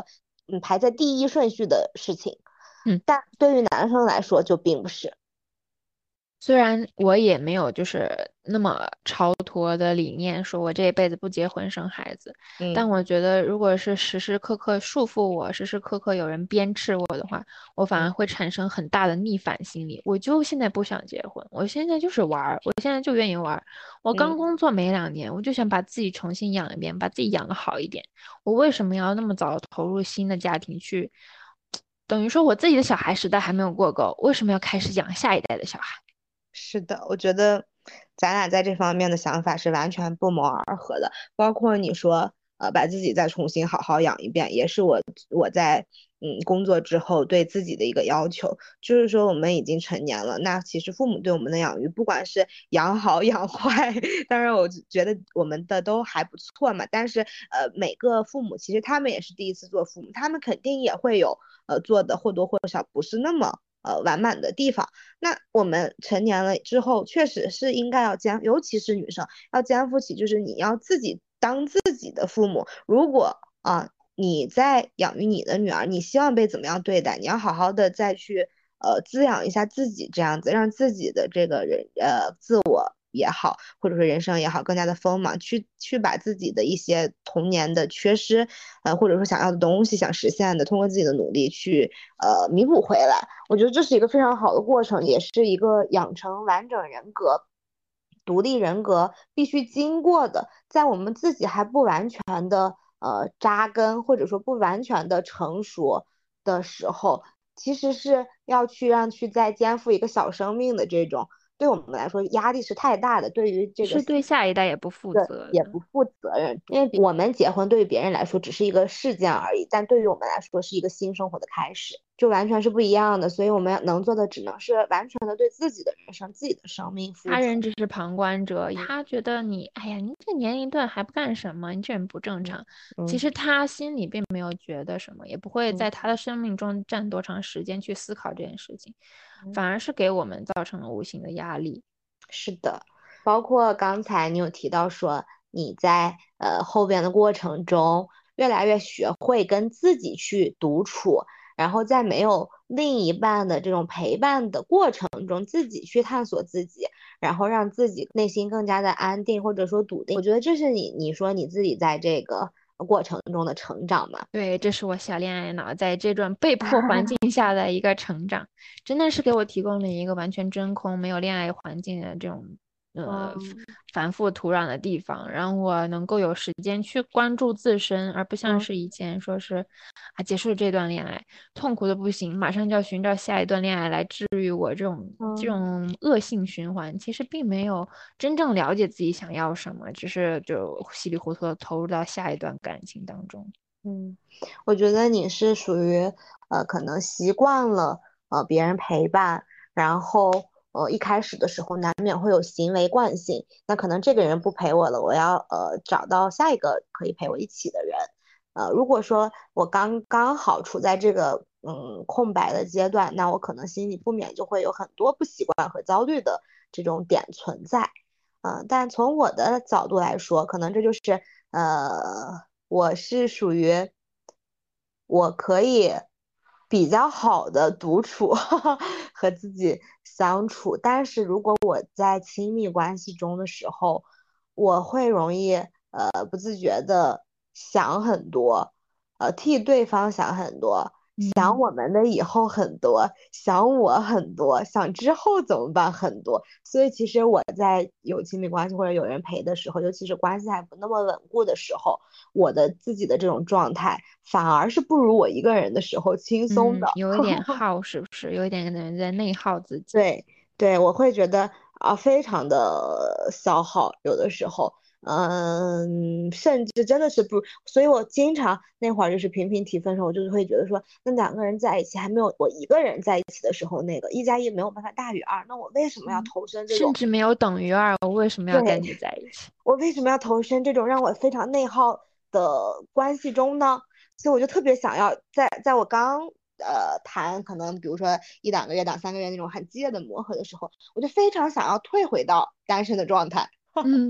嗯排在第一顺序的事情， 嗯， 但对于男生来说就并不是。 虽然我也没有就是那么超脱的理念，说我这一辈子不结婚生孩子，但嗯我觉得如果是时时刻刻束缚我，时时刻刻有人鞭笞我的话，我反而会产生很大的逆反心理。我就现在不想结婚，我现在就是玩儿，我现在就愿意玩儿。我刚嗯工作没两年，我就想把自己重新养一遍，把自己养得好一点。我为什么要那么早投入新的家庭去？等于说我自己的小孩时代还没有过够，为什么要开始养下一代的小孩？ 是的，我觉得咱俩在这方面的想法是完全不谋而合的。包括你说，呃，把自己再重新好好养一遍，也是我我在嗯工作之后对自己的一个要求。就是说，我们已经成年了，那其实父母对我们的养育，不管是养好养坏，当然我觉得我们的都还不错嘛。但是呃，每个父母其实他们也是第一次做父母，他们肯定也会有呃做的或多或少不是那么呃完满的地方。那我们成年了之后，确实是应该要肩，尤其是女生要肩负起，就是你要自己当自己的父母。如果啊你在养育你的女儿，你希望被怎么样对待，你要好好的再去呃滋养一下自己，这样子让自己的这个人呃自我也好，或者说人生也好，更加的丰满，去去把自己的一些童年的缺失，呃或者说想要的东西想实现的，通过自己的努力去呃弥补回来。我觉得这是一个非常好的过程，也是一个养成完整人格、独立人格必须经过的，在我们自己还不完全的呃扎根，或者说不完全的成熟的时候，其实是要去让去再肩负一个小生命的这种，对我们来说压力是太大的，对于这个是对下一代也不负的责的。 也不负责任，因为我们结婚对于别人来说只是一个事件而已，但对于我们来说是一个新生活的开始，就完全是不一样的。所以我们能做的只能是完全的对自己的人生、自己的生命负他责。 人只是旁观者， 嗯他觉得你，哎呀，你这年龄段还不干什么？你这人不正嗯常。其嗯实他心里并没有觉得什么，也不会在嗯他的生命中占多长时间去思考这件事情， 嗯， 反而是给我们造成了无形的压力。 是的，包括刚才你有提到说你在呃后边的过程中越来越学会跟自己去独处，然后在没有另一半的这种陪伴的过程中，自己去探索自己，然后让自己内心更加的安定或者说笃定。我觉得这是你你说你自己在这个过程中的成长嘛。 对，这是我小恋爱脑在这种被迫环境下的一个成长，真的是给我提供了一个完全真空、没有恋爱环境的这种呃嗯繁复土壤的地方，让我能够有时间去关注自身，而不像嗯是以前说是啊结束了这段恋爱，痛苦的不行，马上就要寻找下一段恋爱来治愈我这种这嗯。 种恶性循环。其实并没有真正了解自己想要什么，只是就稀里糊涂的投入到下一段感情当中。 嗯，我觉得你是属于呃，可能习惯了呃别人陪伴，然后呃一开始的时候难免会有行为惯性，那可能这个人不陪我了，我要呃找到下一个可以陪我一起的人。呃，如果说我刚刚好处在这个嗯空白的阶段，那我可能心里不免就会有很多不习惯和焦虑的这种点存在。嗯、但从我的角度来说，可能这就是呃。我是属于我可以比较好的独处和自己相处，但是如果我在亲密关系中的时候，我会容易呃不自觉的想很多，呃替对方想很多，想嗯。 我们的以后很多，想我很多，想之后怎么办很多。所以其实我在有亲密关系或者有人陪的时候，尤其是关系还不那么稳固的时候，我的自己的这种状态反而是不如我一个人的时候轻松嗯， 的。 有一点耗，是不是？有一点人在内耗自己。 对对，我会觉得啊，非常的消耗，有的时候，嗯，甚至真的是不，所以我经常那会儿就是频频提分手，我就是会觉得说，那两个人在一起还没有我一个人在一起的时候，那个一加一没有办法大于二，那我为什么要嗯， 投身这种？ 甚至没有等于二，我为什么要跟对， 你在一起？ 我为什么要投身这种让我非常内耗的关系中呢？所以我就特别想要在在我刚呃谈可能比如说一两个月、两三个月那种很激烈的磨合的时候，我就非常想要退回到单身的状态。 嗯，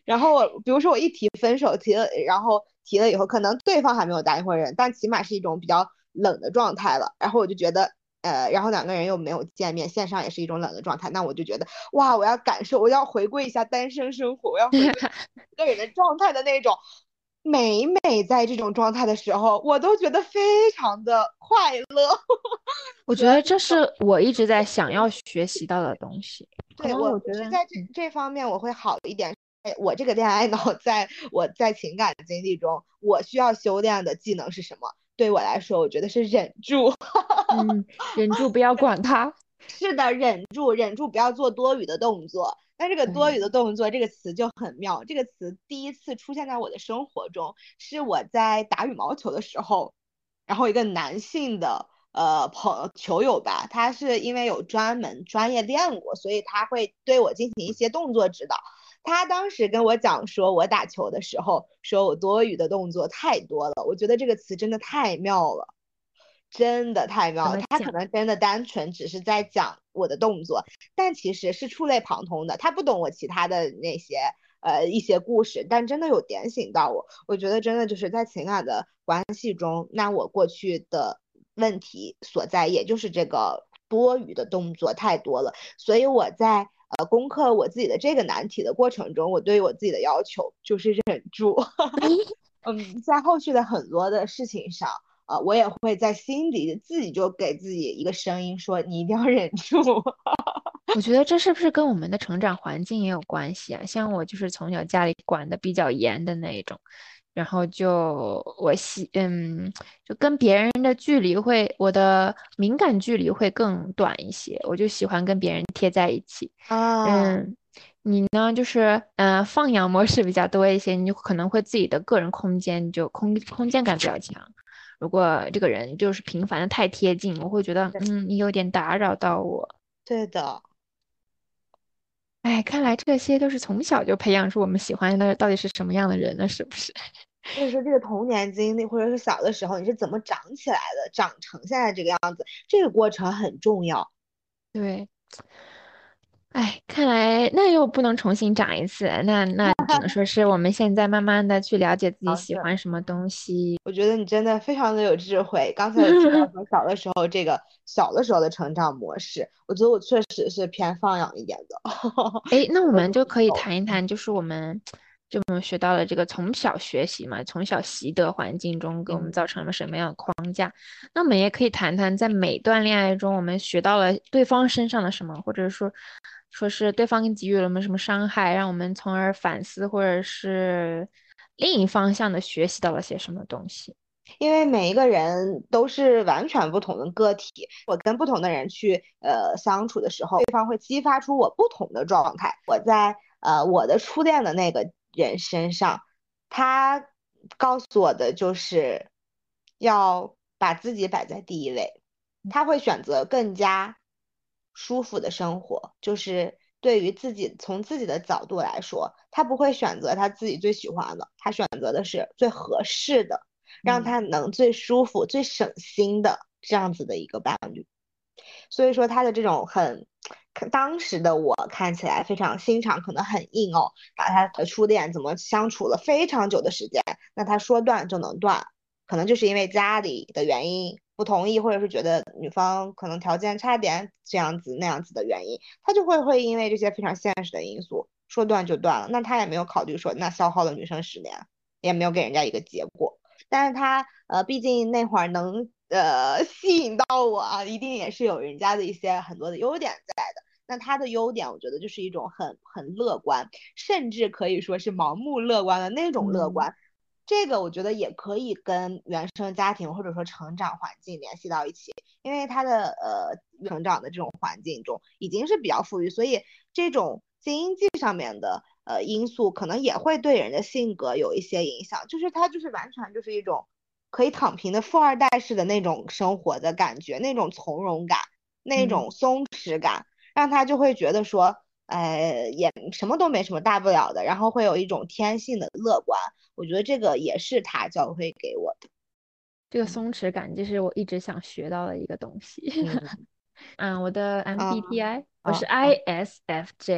然后我比如说我一提分手，提了，然后提了以后，可能对方还没有答应或者人，但起码是一种比较冷的状态了。然后我就觉得，呃，然后两个人又没有见面，线上也是一种冷的状态，那我就觉得，哇，我要感受，我要回归一下单身生活，我要回归一个人的状态的那种。每每在这种状态的时候，我都觉得非常的快乐。 我觉得这是我一直在想要学习到的东西。可对，我能我觉得， 是在这嗯， 这方面我会好一点。哎，我这个恋爱脑，在我在情感经历中，我需要修炼的技能是什么？对我来说，我觉得是忍住。 嗯，忍住不要管它。 是的，忍住，忍住，不要做多余的动作。但这个多余对， 的动作这个词就很妙，这个词第一次出现在我的生活中，是我在打羽毛球的时候，然后一个男性的呃朋球友吧，他是因为有专门专业练过，所以他会对我进行一些动作指导。他当时跟我讲说，我打球的时候说我多余的动作太多了，我觉得这个词真的太妙了。真的太妙了，他可怎么讲？ 能真的单纯只是在讲我的动作，但其实是触类旁通的。他不懂我其他的那些呃一些故事，但真的有点醒到我。我觉得真的就是在情感的关系中，那我过去的问题所在，也就是这个多余的动作太多了。所以我在呃攻克我自己的这个难题的过程中，我对我自己的要求就是忍住。嗯，在后续的很多的事情上。呃，我也会在心里自己就给自己一个声音说，你一定要忍住。 我觉得这是不是跟我们的成长环境也有关系啊？像我就是从小家里管的比较严的那一种，然后就我喜嗯，就跟别人的距离会，我的敏感距离会更短一些，我就喜欢跟别人贴在一起。 啊， 嗯，你呢，就是嗯、呃放养模式比较多一些，你就可能会自己的个人空间就空空间感比较强。如果这个人就是频繁的太贴近，我会觉得嗯，你有点打扰到我。 对的， 哎，看来这些都是从小就培养出我们喜欢的到底是什么样的人了，是不是？ 所以说这个童年经历或者是小的时候你是怎么长起来的，长成现在这个样子，这个过程很重要。 对，哎，看来那又不能重新长一次，那那只能说是我们现在慢慢的去了解自己喜尝试， 欢什么东西。 我觉得你真的非常的有智慧。刚才有提到说小的时候这个小的时候的成长模式，我觉得我确实是偏放养一点的。 哎，那我我就们就可以有谈一谈，就是我们就我们学到了这个从小学习嘛，从小习得环境中给我们嗯。 造成了什么样的框架？那我们也可以谈谈，在每段恋爱中，我们学到了对方身上的什么，或者说说是对方给予了我们什么伤害，让我们从而反思，或者是另一方向的学习到了些什么东西。 因为每一个人都是完全不同的个体，我跟不同的人去呃相处的时候，对方会激发出我不同的状态。我在呃我的初恋的那个人身上，他告诉我的就是要把自己摆在第一位，他会选择更加舒服的生活，就是对于自己从自己的角度来说，他不会选择他自己最喜欢的，他选择的是最合适的。让嗯。 他能最舒服、最省心的这样子的一个伴侣。所以说他的这种很，当时的我看起来非常心肠可能很硬哦，把他的初恋怎么相处了非常久的时间，那他说断就能断，可能就是因为家里的原因不同意，或者是觉得女方可能条件差点这样子那样子的原因，他就会会因为这些非常现实的因素说断就断了，那他也没有考虑说那消耗了女生十年，也没有给人家一个结果。但是他呃，毕竟那会儿能呃吸引到我啊，一定也是有人家的一些很多的优点在的。那他的优点，我觉得就是一种很很乐观，甚至可以说是盲目乐观的那种乐嗯。 观。这个我觉得也可以跟原生家庭或者说成长环境联系到一起，因为他的呃成长的这种环境中已经是比较富裕，所以这种经济上面的呃因素可能也会对人的性格有一些影响，就是他就是完全就是一种可以躺平的富二代式的那种生活的感觉，那种从容感，那嗯。 种松弛感，让他就会觉得说，呃，也什么都没什么大不了的，然后会有一种天性的乐观，我觉得这个也是他教会给我的。 这个松弛感，这是我一直想学到的一个东西。 嗯嗯，我的啊 M B T I 我是啊啊 I S F J，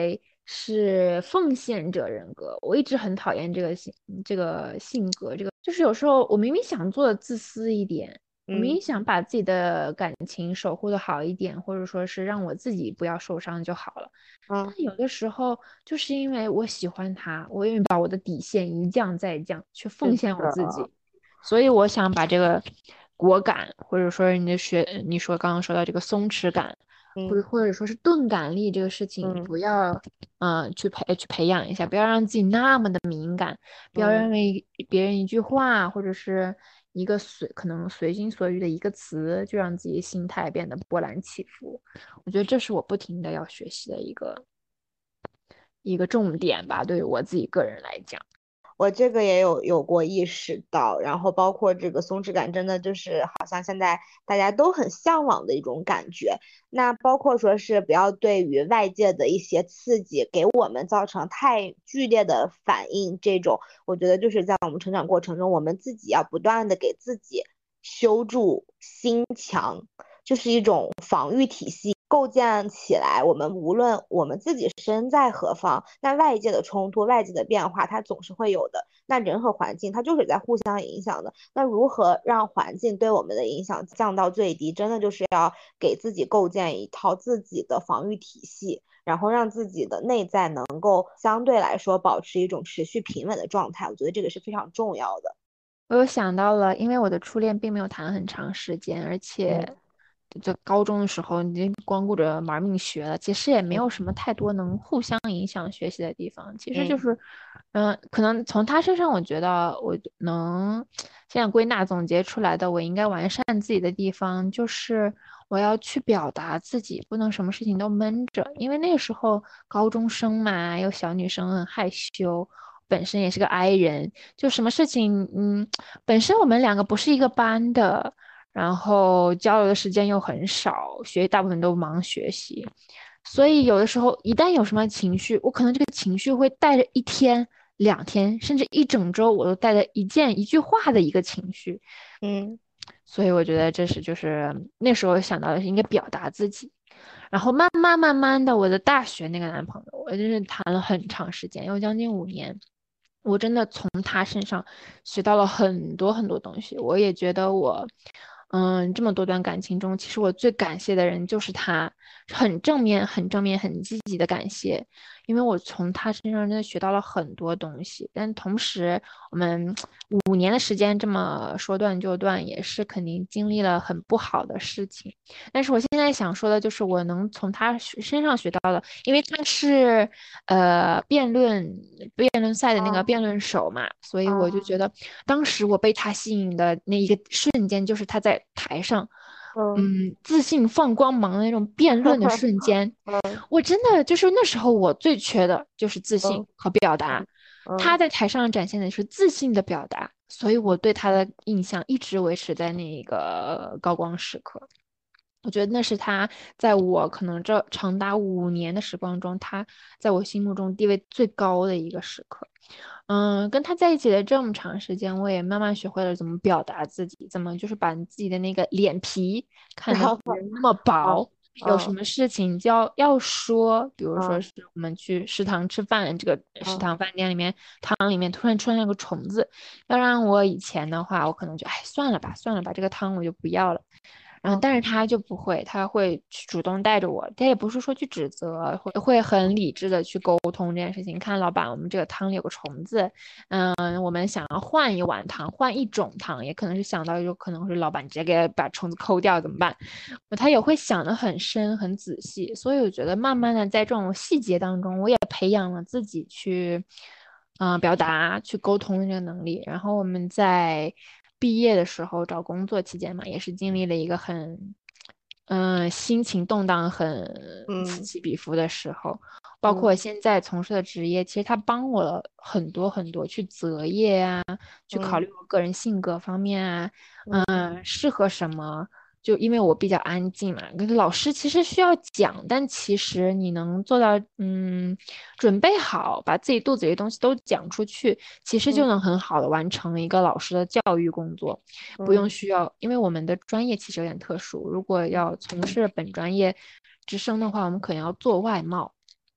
是奉献者人格。我一直很讨厌这个性这个性格，这个就是有时候我明明想做的自私一点，我明嗯明想把自己的感情守护的好一点，或者说是让我自己不要受伤就好了。但嗯有的时候就是因为我喜欢他，我愿意把我的底线一降再降，去奉是献我自的， 己。所以我想把这个果敢，或者说你的学，你说刚刚说到这个松弛感，或者嗯或者说是钝感力这个事情， 嗯不要嗯、呃去培去培养一下，不要让自己那么的敏感，不要认嗯。 为别人一句话或者是一个随可能随心所欲的一个词，就让自己心态变得波澜起伏。我觉得这是我不停的要学习的一个一个重点吧，对于我自己个人来讲。 我这个也有有过意识到，然后包括这个松弛感，真的就是好像现在大家都很向往的一种感觉。那包括说是不要对于外界的一些刺激给我们造成太剧烈的反应，这种我觉得就是在我们成长过程中，我们自己要不断的给自己修筑心墙，就是一种防御体系。构建起来，我们无论我们自己身在何方，那外界的冲突、外界的变化，它总是会有的。那人和环境，它就是在互相影响的。那如何让环境对我们的影响降到最低？真的就是要给自己构建一套自己的防御体系，然后让自己的内在能够相对来说保持一种持续平稳的状态。我觉得这个是非常重要的。 我又想到了，因为我的初恋并没有谈很长时间，而且嗯在高中的时候已经光顾着玩命学了，其实也没嗯有什么太多能互相影响学习的地方。其实就嗯是，嗯、可能从他身上，我觉得我能现在归纳总结出来的，我应该完善自己的地方，就是我要去表达自己，不能什么事情都闷着，因为那个时候高中生嘛，又小女生很害羞。本身也是个 i 人，就什么事情，嗯，本身我们两个不是一个班的，然后交流的时间又很少，学大部分都忙学习，所以有的时候一旦有什么情绪，我可能这个情绪会带着一天、两天，甚至一整周，我都带着一件一句话的一个情绪， 嗯所以我觉得这是就是那时候想到的是应该表达自己。然后慢慢慢慢的，我的大学那个男朋友，我真是谈了很长时间，有将近五年。我真的从他身上学到了很多很多东西。我也觉得我，嗯，这么多段感情中，其实我最感谢的人就是他，很正面、很正面、很积极的感谢，因为我从他身上真的学到了很多东西。但同时，我们五年的时间这么说断就断，也是肯定经历了很不好的事情。但是我现在想说的就是，我能从他学身上学到的，因为他是呃辩论辩论赛的那个啊辩论手嘛，所以我就啊觉得当时我被他吸引的那一个瞬间，就是他在台上， 嗯嗯，自信放光芒的那种辩论的瞬间， 嗯我真的就是那时候我最缺的就是自信嗯和表达， 嗯嗯他在台上展现的是自信的表达，所以我对他的印象一直维持在那个高光时刻。我觉得那是他在我可能这长达五年的时光中，他在我心目中地位最高的一个时刻。嗯，跟他在一起的这么长时间，我也慢慢学会了怎么表达自己，怎么就是把自己的那个脸皮看得不是那么嗯薄。有什嗯么事情就要要说，比如说嗯是我们去食堂吃饭，这个食嗯堂饭店里面汤里面突然出现了个虫子，要让我以前的话，我可能就哎算了吧，算了吧，这个汤我就不要了。然后， 嗯但是他就不会，他会去主动带着我，他也不是说去指责，会会很理智的去沟通这件事情。看老板，我们这个汤里有个虫子，嗯，我们想要换一碗汤，换一种汤，也可能是想到有可能是老板直接给把虫子抠掉怎么办？他也会想得很深很仔细，所以我觉得慢慢的在这种细节当中，我也培养了自己去，嗯、表达、去沟通的这个能力。然后我们在毕业的时候找工作期间嘛，也是经历了一个很，嗯、心情动荡、很此嗯起彼伏的时候。包括嗯我现在从事的职业，其实它帮我了很多很多，去择业啊，去考嗯虑我个人性格方面啊， 嗯嗯，适合什么。就因为我比较安静嘛，跟老师其实需要讲，但其实你能做到，嗯，准备好，把自己肚子里的东西都讲出去，其实就嗯能很好的完成一个老师的教育工作，不用嗯需要，因为我们的专业其实有点特殊，如果要从事本专业职升的话，我们可能要做外贸。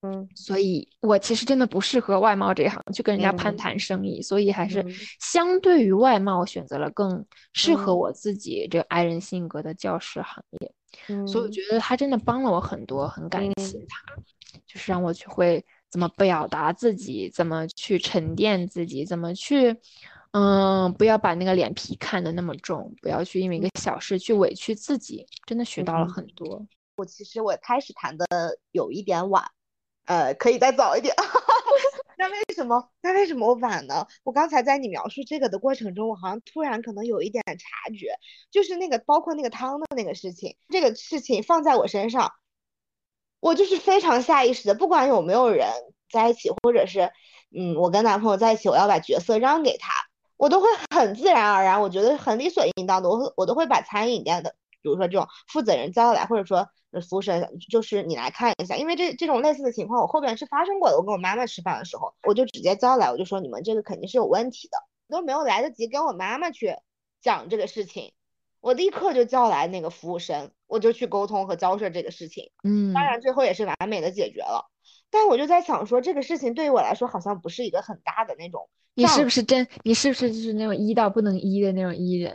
嗯所以我其实真的不适合外贸这一行，去跟人家攀嗯谈生意，所以还是嗯相对于外贸选择了更适合嗯我自己这个 i 人性格的教师行业。所以我嗯觉得他真的帮了我很多，很感谢嗯他，就是让我去会怎么表达自己，怎么去沉淀自己，怎么去，嗯，不要把那个脸皮看得那么重，不要去因为一个小事去委屈自己，真的学到了嗯， 很多。 其实我开始谈的有一点晚，呃，可以再早一点。那为什么？那为什么我晚呢？我刚才在你描述这个的过程中，我好像突然可能有一点察觉，就是那个包括那个汤的那个事情，这个事情放在我身上，我就是非常下意识的，不管有没有人在一起，或者是嗯，我跟男朋友在一起，我要把角色让给他，我都会很自然而然，我觉得很理所应当的，我会我都会把餐饮店的，比如说这种负责人叫来，或者说呃服务生，就是你来看一下，因为这这种类似的情况，我后边是发生过的。我跟我妈妈吃饭的时候，我就直接叫来，我就说你们这个肯定是有问题的，都没有来得及跟我妈妈去讲这个事情，我立刻就叫来那个服务生，我就去沟通和交涉这个事情。当嗯， 然最后也是完美的解决了。但我就在想说，这个事情对于我来说好像不是一个很大的那种你是障碍。 不是真？你是不是就是那种一到不能一的那种 E 人？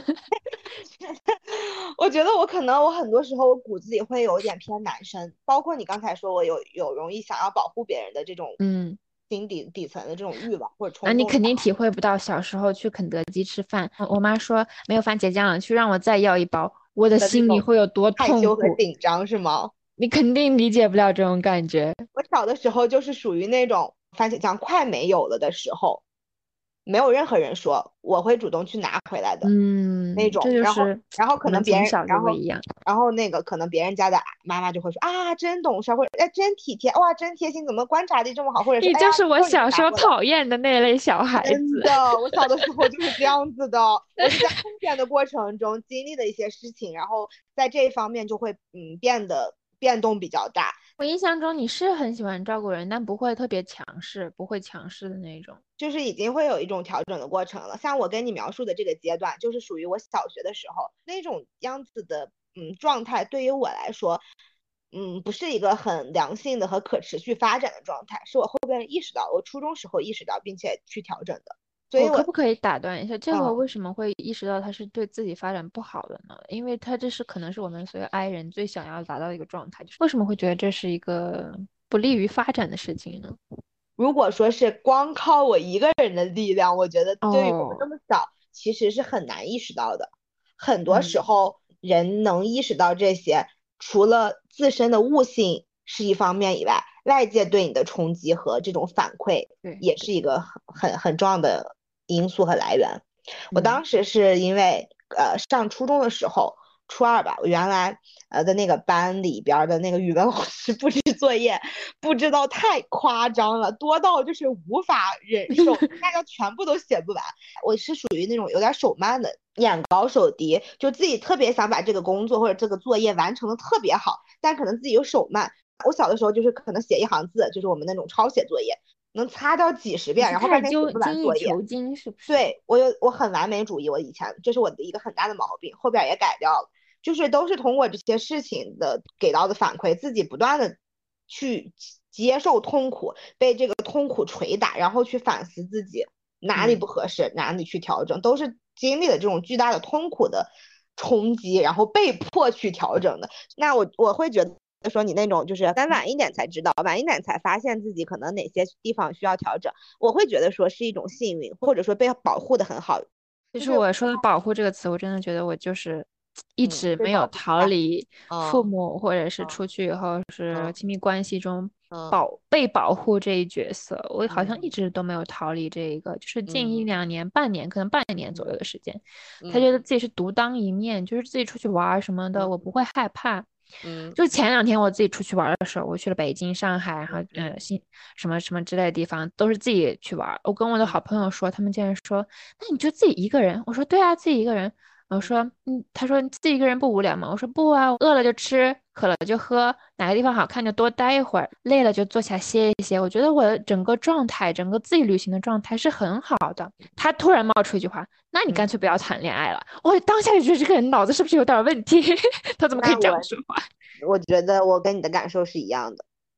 我觉得我可能我很多时候我骨子里会有一点偏男生，包括你刚才说我有有容易想要保护别人的这种嗯。 心底底层的这种欲望或者啊， 冲动也你肯定体好， 会不到小时候去肯德基吃饭，我妈说没有番茄酱了，去让我再要一包，我的心里的那种会有多害羞和痛苦， 紧张是吗？ 你肯定理解不了这种感觉。 我小的时候就是属于那种番茄酱快没有了的时候，没有任何人说，我会主动去拿回来的那嗯，这种。然后， 就是然后我可能别人， 们从小就然后， 不一样。 然后那个可能别人家的妈妈就会说啊，真懂事儿，或者哎真体贴，哇，真贴心，怎么观察力这么好，或者是哎呀， 你就是我都已经小时候拿过来。 讨厌的那类小孩子。 真的，我小的时候就是这样子的，我是在后面的过程中经历的一些事情，然后在这一方面就会嗯变得变动比较大。 我印象中你是很喜欢照顾人，但不会特别强势，不会强势的那种。 就是已经会有一种调整的过程了。像我跟你描述的这个阶段，就是属于我小学的时候那种样子的，嗯，状态对于我来说，嗯，不是一个很良性的和可持续发展的状态，是我后边意识到，我初中时候意识到并且去调整的。所以我， 我可不可以打断一下？这个嗯， 为什么会意识到他是对自己发展不好的呢？因为他这是可能是我们所有 i 人最想要达到的一个状态，就是为什么会觉得这是一个不利于发展的事情呢？ 如果说是光靠我一个人的力量，我觉得对于我们这哦， 么小，其实是很难意识到的。很多时嗯， 候，人能意识到这些，除了自身的悟性是一方面以外，外界对你的冲击和这种反馈对对， 也是一个很很很重要的因素和来源。我嗯当时是因为呃上初中的时候，初二吧，我原来呃的那个班里边的那个语文老师布置作业，布置到太夸张了，多到就是无法忍受，大家全部都写不完。我是属于那种有点手慢的，眼高手低，就自己特别想把这个工作或者这个作业完成的特别好，但可能自己有手慢。我小的时候就是可能写一行字，就是我们那种抄写作业，能擦掉几十遍，然后你是太半天写不完精精益作业。 求精是不是？ 对，我有我很完美主义，我以前这是我的一个很大的毛病，后边也改掉了，就是都是通过这些事情的给到的反馈，自己不断的去接受痛苦，被这个痛苦捶打，然后去反思自己哪里不嗯。 合适，哪里去调整，都是经历了这种巨大的痛苦的冲击，然后被迫去调整的。那我我会觉得。说你那种就是咱晚一点才知道，晚一点才发现自己可能哪些地方需要调整，我会觉得说是一种幸运，或者说被保护的很好。 其就是实我说的“保护”这个词，我真的觉得我就是一嗯，被直没有保护大， 逃离父嗯母，或者是嗯出去以后是嗯亲密关系中嗯保被保护这一角色，我好像一嗯直都没有逃离这一个，就是近一嗯两年、半年，可能半年左右嗯的时间，他嗯觉得自己是独当一面，就是自己出去玩儿什么的，我嗯不会害怕。 嗯就前两天我自己出去玩儿的时候，我去了北京、上海，然后呃嗯新什么什么之类的地方，都是自己去玩儿。我跟我的嗯好朋友说，他们竟然说，那你就自己一个人？我说对啊，自己一个人。我说，嗯，他说你自己一个人不无聊吗？我说不啊，饿了就吃，渴了就喝，哪个地方好看就多待一会儿，累了就坐下歇一歇。我觉得我的整个状态，整个自己旅行的状态是很好的。他突然冒出一句话，那你干嗯， 脆不要谈恋爱了。我当下就觉得这个人脑子是不是有点问题？他怎么可以那我这样说话？ 我觉得我跟你的感受是一样的。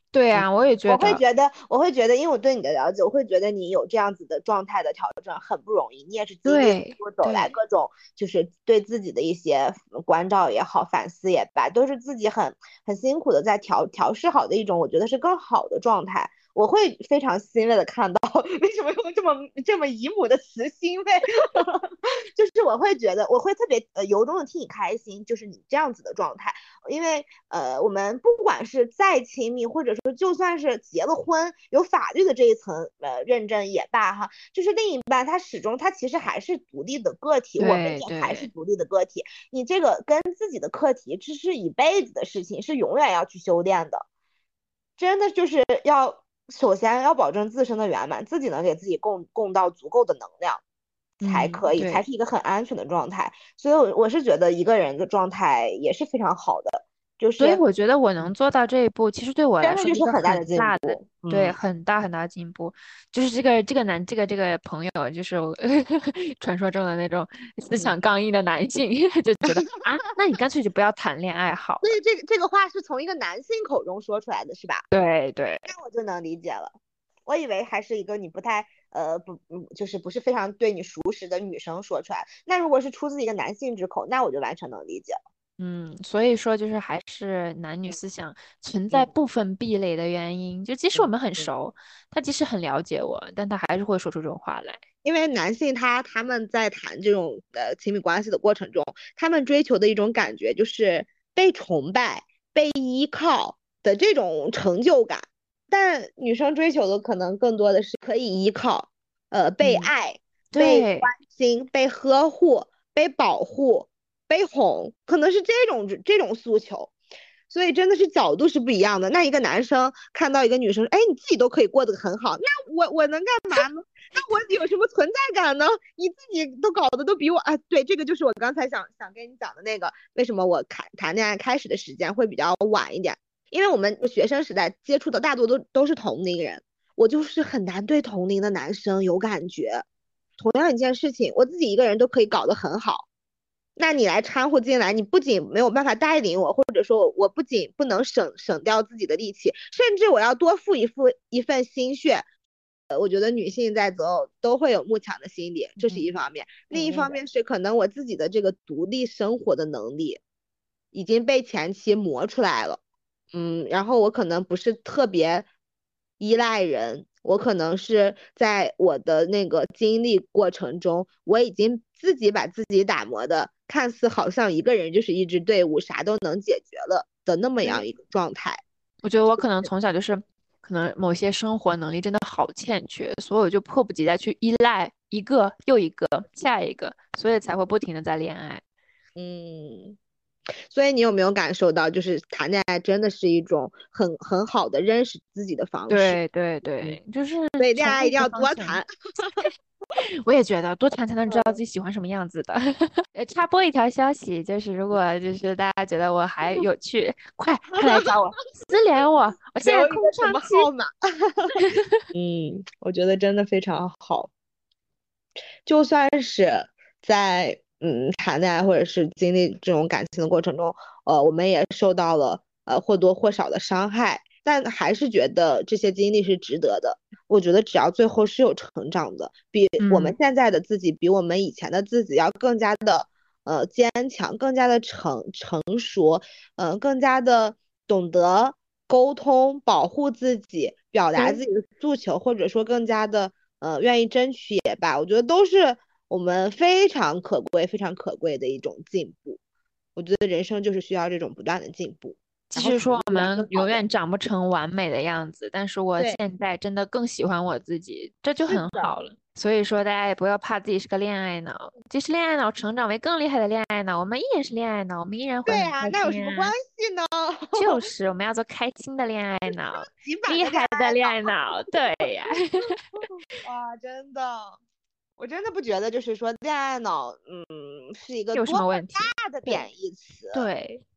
对啊，我也觉我会得， 觉得，我会觉得，因为我对你的了解，我会觉得你有这样子的状态的调整很不容易。你也是经历了一对路走来对各种，就是对自己的一些关照也好，反思也罢，都是自己很很辛苦的在调调试好的一种，我觉得是更好的状态。我会非常欣慰的看到，为什么用这么这么姨母的词欣慰？就是我会觉得，我会特别呃由衷的替你开心，就是你这样子的状态。因为呃，我们不管是再亲密，或者说就算是结了婚，有法律的这一层呃认证也罢哈，就是另一半他始终他其实还是独立的个体，我们对也还是对独立的个体。你这个跟自己的课题，这是一辈子的事情，是永远要去修炼的。真的就是要首先要保证自身的圆满，自己能给自己供供到足够的能量。才嗯可以，才对。 是一个很安全的状态。所以我，我是觉得一个人的状态也是非常好的，就是所以我觉得我能做到这一步，其实对我来真的就是说是一个很很大的进大的， 步。 对， 嗯很大很大的进步。就是这个这个男这个这个朋友，就是我传说中的那种思嗯， 想刚毅的男性，就觉得啊，那你干脆就不要谈恋爱好了。 所以这个这个话是从一个男性口中说出来的，是吧？ 对对， 那我就能理解了。我以为还是一个你不太呃不嗯就是不是非常对你熟识的女生说出来。那如果是出自一个男性之口，那我就完全能理解了。 嗯，所以说就是还是男女思想存在嗯部分壁垒的原因。就即使我嗯们很嗯。 熟，他即使很了解我，但他还是会说出这种话来。 因为男性他他们在谈这种呃亲密关系的过程中，他们追求的一种感觉就是被崇拜、被依靠的这种成就感，但女生追求的可能更多的是可以依靠，呃，被嗯， 爱、被关对。 心、被呵护、被保护、被哄，可能是这种这种诉求。所以真的是角度是不一样的。那一个男生看到一个女生，哎，你自己都可以过得很好，那我我能干嘛呢？那我有什么存在感呢？你自己都搞得都比我啊，对，这个就是我刚才想想跟你讲的那个，为什么我谈谈恋爱开始的时间会比较晚一点，因为我们学生时代接触的大多都都是同龄人，我就是很难对同龄的男生有感觉。同样一件事情，我自己一个人都可以搞得很好。那你来掺和进来，你不仅没有办法带领我，或者说我不仅不能省省掉自己的力气，甚至我要多付一付一份心血。呃，我觉得女性在择偶都会有慕强的心理，这是一嗯， 方面。另一肯定的。 方面是可能我自己的这个独立生活的能力已经被前期磨出来了。嗯，然后我可能不是特别依赖人，我可能是在我的那个经历过程中，我已经自己把自己打磨的，看似好像一个人就是一支队伍，啥都能解决了的那么样对。 一个状态。 我觉得我可能从小就是，可能某些生活能力真的好欠缺，所以我就迫不及待去依赖一个又一个，下一个，所以才会不停的在恋爱。 嗯，所以你有没有感受到，就是谈恋爱真的是一种很很好的认识自己的方式？ 对对嗯， 对，就是所以恋从另一个爱一定要方向。 多谈。 我也觉得多谈才能知道自嗯己喜欢什么样子的。呃，插播一条消息，就是如果就是大家觉得我还有趣，快快来找我私联我，我现在空留一个什窗期。 么号码？嗯，我觉得真的非常好。就算是在嗯谈恋爱或者是经历这种感情的过程中，呃，我们也受到了呃或多或少的伤害，但还是觉得这些经历是值得的。我觉得只要最后是有成长的，比我们嗯， 现在的自己，比我们以前的自己要更加的呃坚强，更加的成成熟，嗯、呃，更加的懂得沟通、保护自己、表达对。 自己的诉求，或者说更加的呃愿意争取也罢，我觉得都是我们非常可贵、非常可贵的一种进步。我觉得人生就是需要这种不断的进步，然后即使说我才能越来越们永好的。 远长不成完美的样子，但是我对， 现在真的更喜欢我自己，这就是的， 很好了。所以说，大家也不要怕自己是个恋爱脑，即使恋爱脑成长为更厉害的恋爱脑，我们依然是恋爱脑，我们依然会对啊， 很开那有什么关心啊。 系呢？ 就是我们要做开心的恋爱脑， 极版厉的恋爱害的恋脑。 爱脑，对呀。 哇，真的，我真的不觉得就是说恋爱脑，嗯，是一个有什多么么问题？ 大的对贬义词。 对，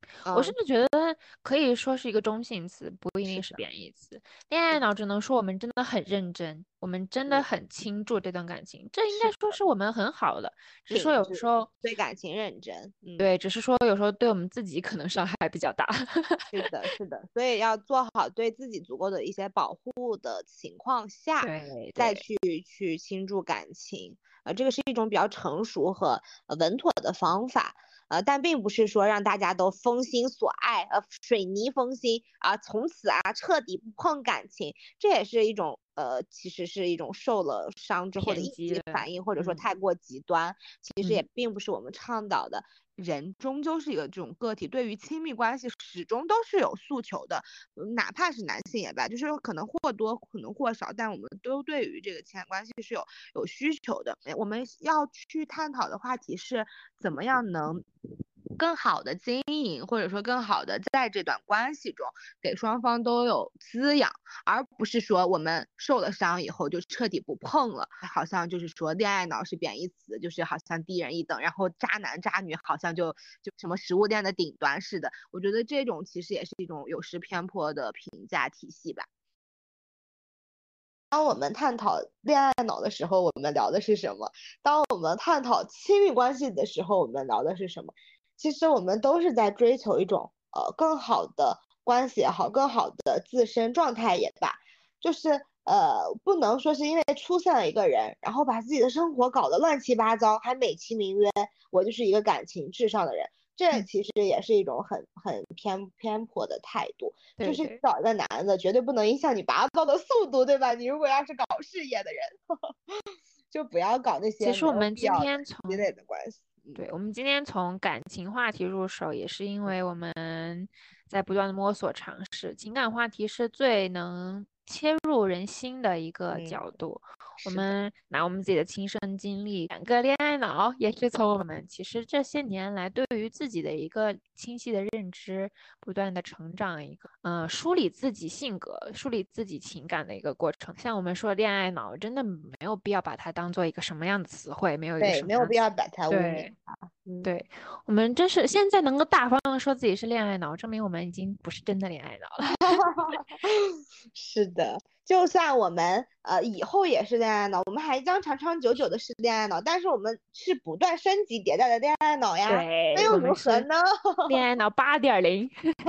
我甚嗯， 至觉得可以说是一个中性词，不一定是是的， 贬义词。恋爱脑只能说我们真的很认真，我们真的嗯， 很倾注这段感情，这应该是说是我们很好的。只是说品质， 有时候， 对感情认真，嗯。 对，只是说有时候对我们自己可能伤害比较大。 是的，是的，所以要做好对自己足够的一些保护的情况下， 对对， 再去去倾注感情，呃，这个是一种比较成熟和呃稳妥的方法，呃，但并不是说让大家都封心所爱，呃，水泥封心啊，从此啊彻底不碰感情，这也是一种呃，其实是一种受了伤之后的应偏激了， 激反应，或者说嗯太过极端，其实也嗯， 并不是我们倡导的。人终究是一个这种个体，对于亲密关系始终都是有诉求的，嗯哪怕是男性也罢，就是可能或多可能或少，但我们都对于这个情感关系是有有需求的。我们要去探讨的话题是怎么样能更好的经营，或者说更好的在这段关系中给双方都有滋养，而不是说我们受了伤以后就彻底不碰了，好像就是说恋爱脑是贬义词，就是好像低人一等，然后渣男渣女好像就就什么食物链的顶端似的。我觉得这种其实也是一种有失偏颇的评价体系吧。当我们探讨恋爱脑的时候，我们聊的是什么？当我们探讨亲密关系的时候，我们聊的是什么？其实我们都是在追求一种呃更好的关系也好，更好的自身状态也罢，就是呃不能说是因为出现了一个人，然后把自己的生活搞得乱七八糟，还美其名曰我就是一个感情至上的人，这嗯其实也是一种很很偏偏颇的态度。就是你对对。 找一个男的，绝对不能影响你拔刀的速度，对吧？你如果要是搞事业的人，就不要搞那其些没有实我们今必要的天从积累的关系。嗯， 对，我们今天从感情话题入手，也是因为我们在不断的摸索尝试。情感话题是最能切入人心的一个嗯， 角度。我是的， 们拿我们自己的亲身经历，两个恋爱脑，也是从我们其实这些年来对于自己的一个清晰的认知，不断的成长一个，嗯、呃，梳理自己性格、梳理自己情感的一个过程。像我们说恋爱脑，真的没有必要把它当做一个什么样的词汇，没有一个对， 什么样的词。 没有必要把它污名对， 化。嗯， 对，我们真是现在能够大方的说自己是恋爱脑，证明我们已经不是真的恋爱脑了。 是的，就算我们呃以后也是恋爱脑，我们还将长长久久的是恋爱脑，但是我们是不断升级迭代的恋爱脑呀，那对， 又我们是如何呢？ 恋爱脑八点零。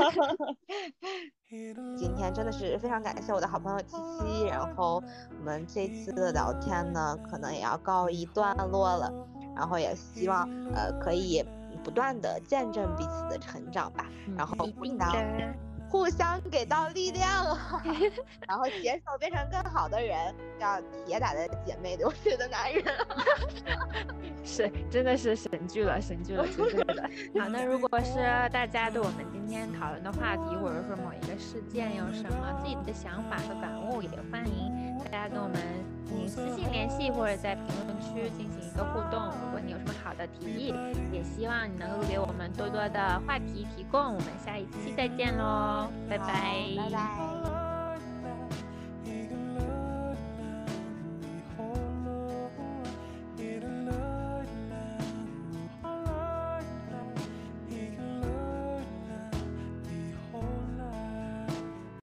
今天真的是非常感谢我的好朋友七七，然后我们这次的聊天呢，可能也要告一段落了，然后也希望呃可以不断的见证彼此的成长吧，然后互相互相给到力量啊，然后携手变成更好的人，叫铁打的姐妹，流血的男人。 是，真的是神剧了，神剧了，绝对的。好，那如果是大家对我们今天讨论的话题，或者说某一个事件有什么自己的想法和感悟，也欢迎大家跟我们进行私信联系，或者在评论区进行一个互动。如果你有什么好的提议，也希望你能够给我们多多的话题提供。我们下一期再见喽，拜拜， 拜拜。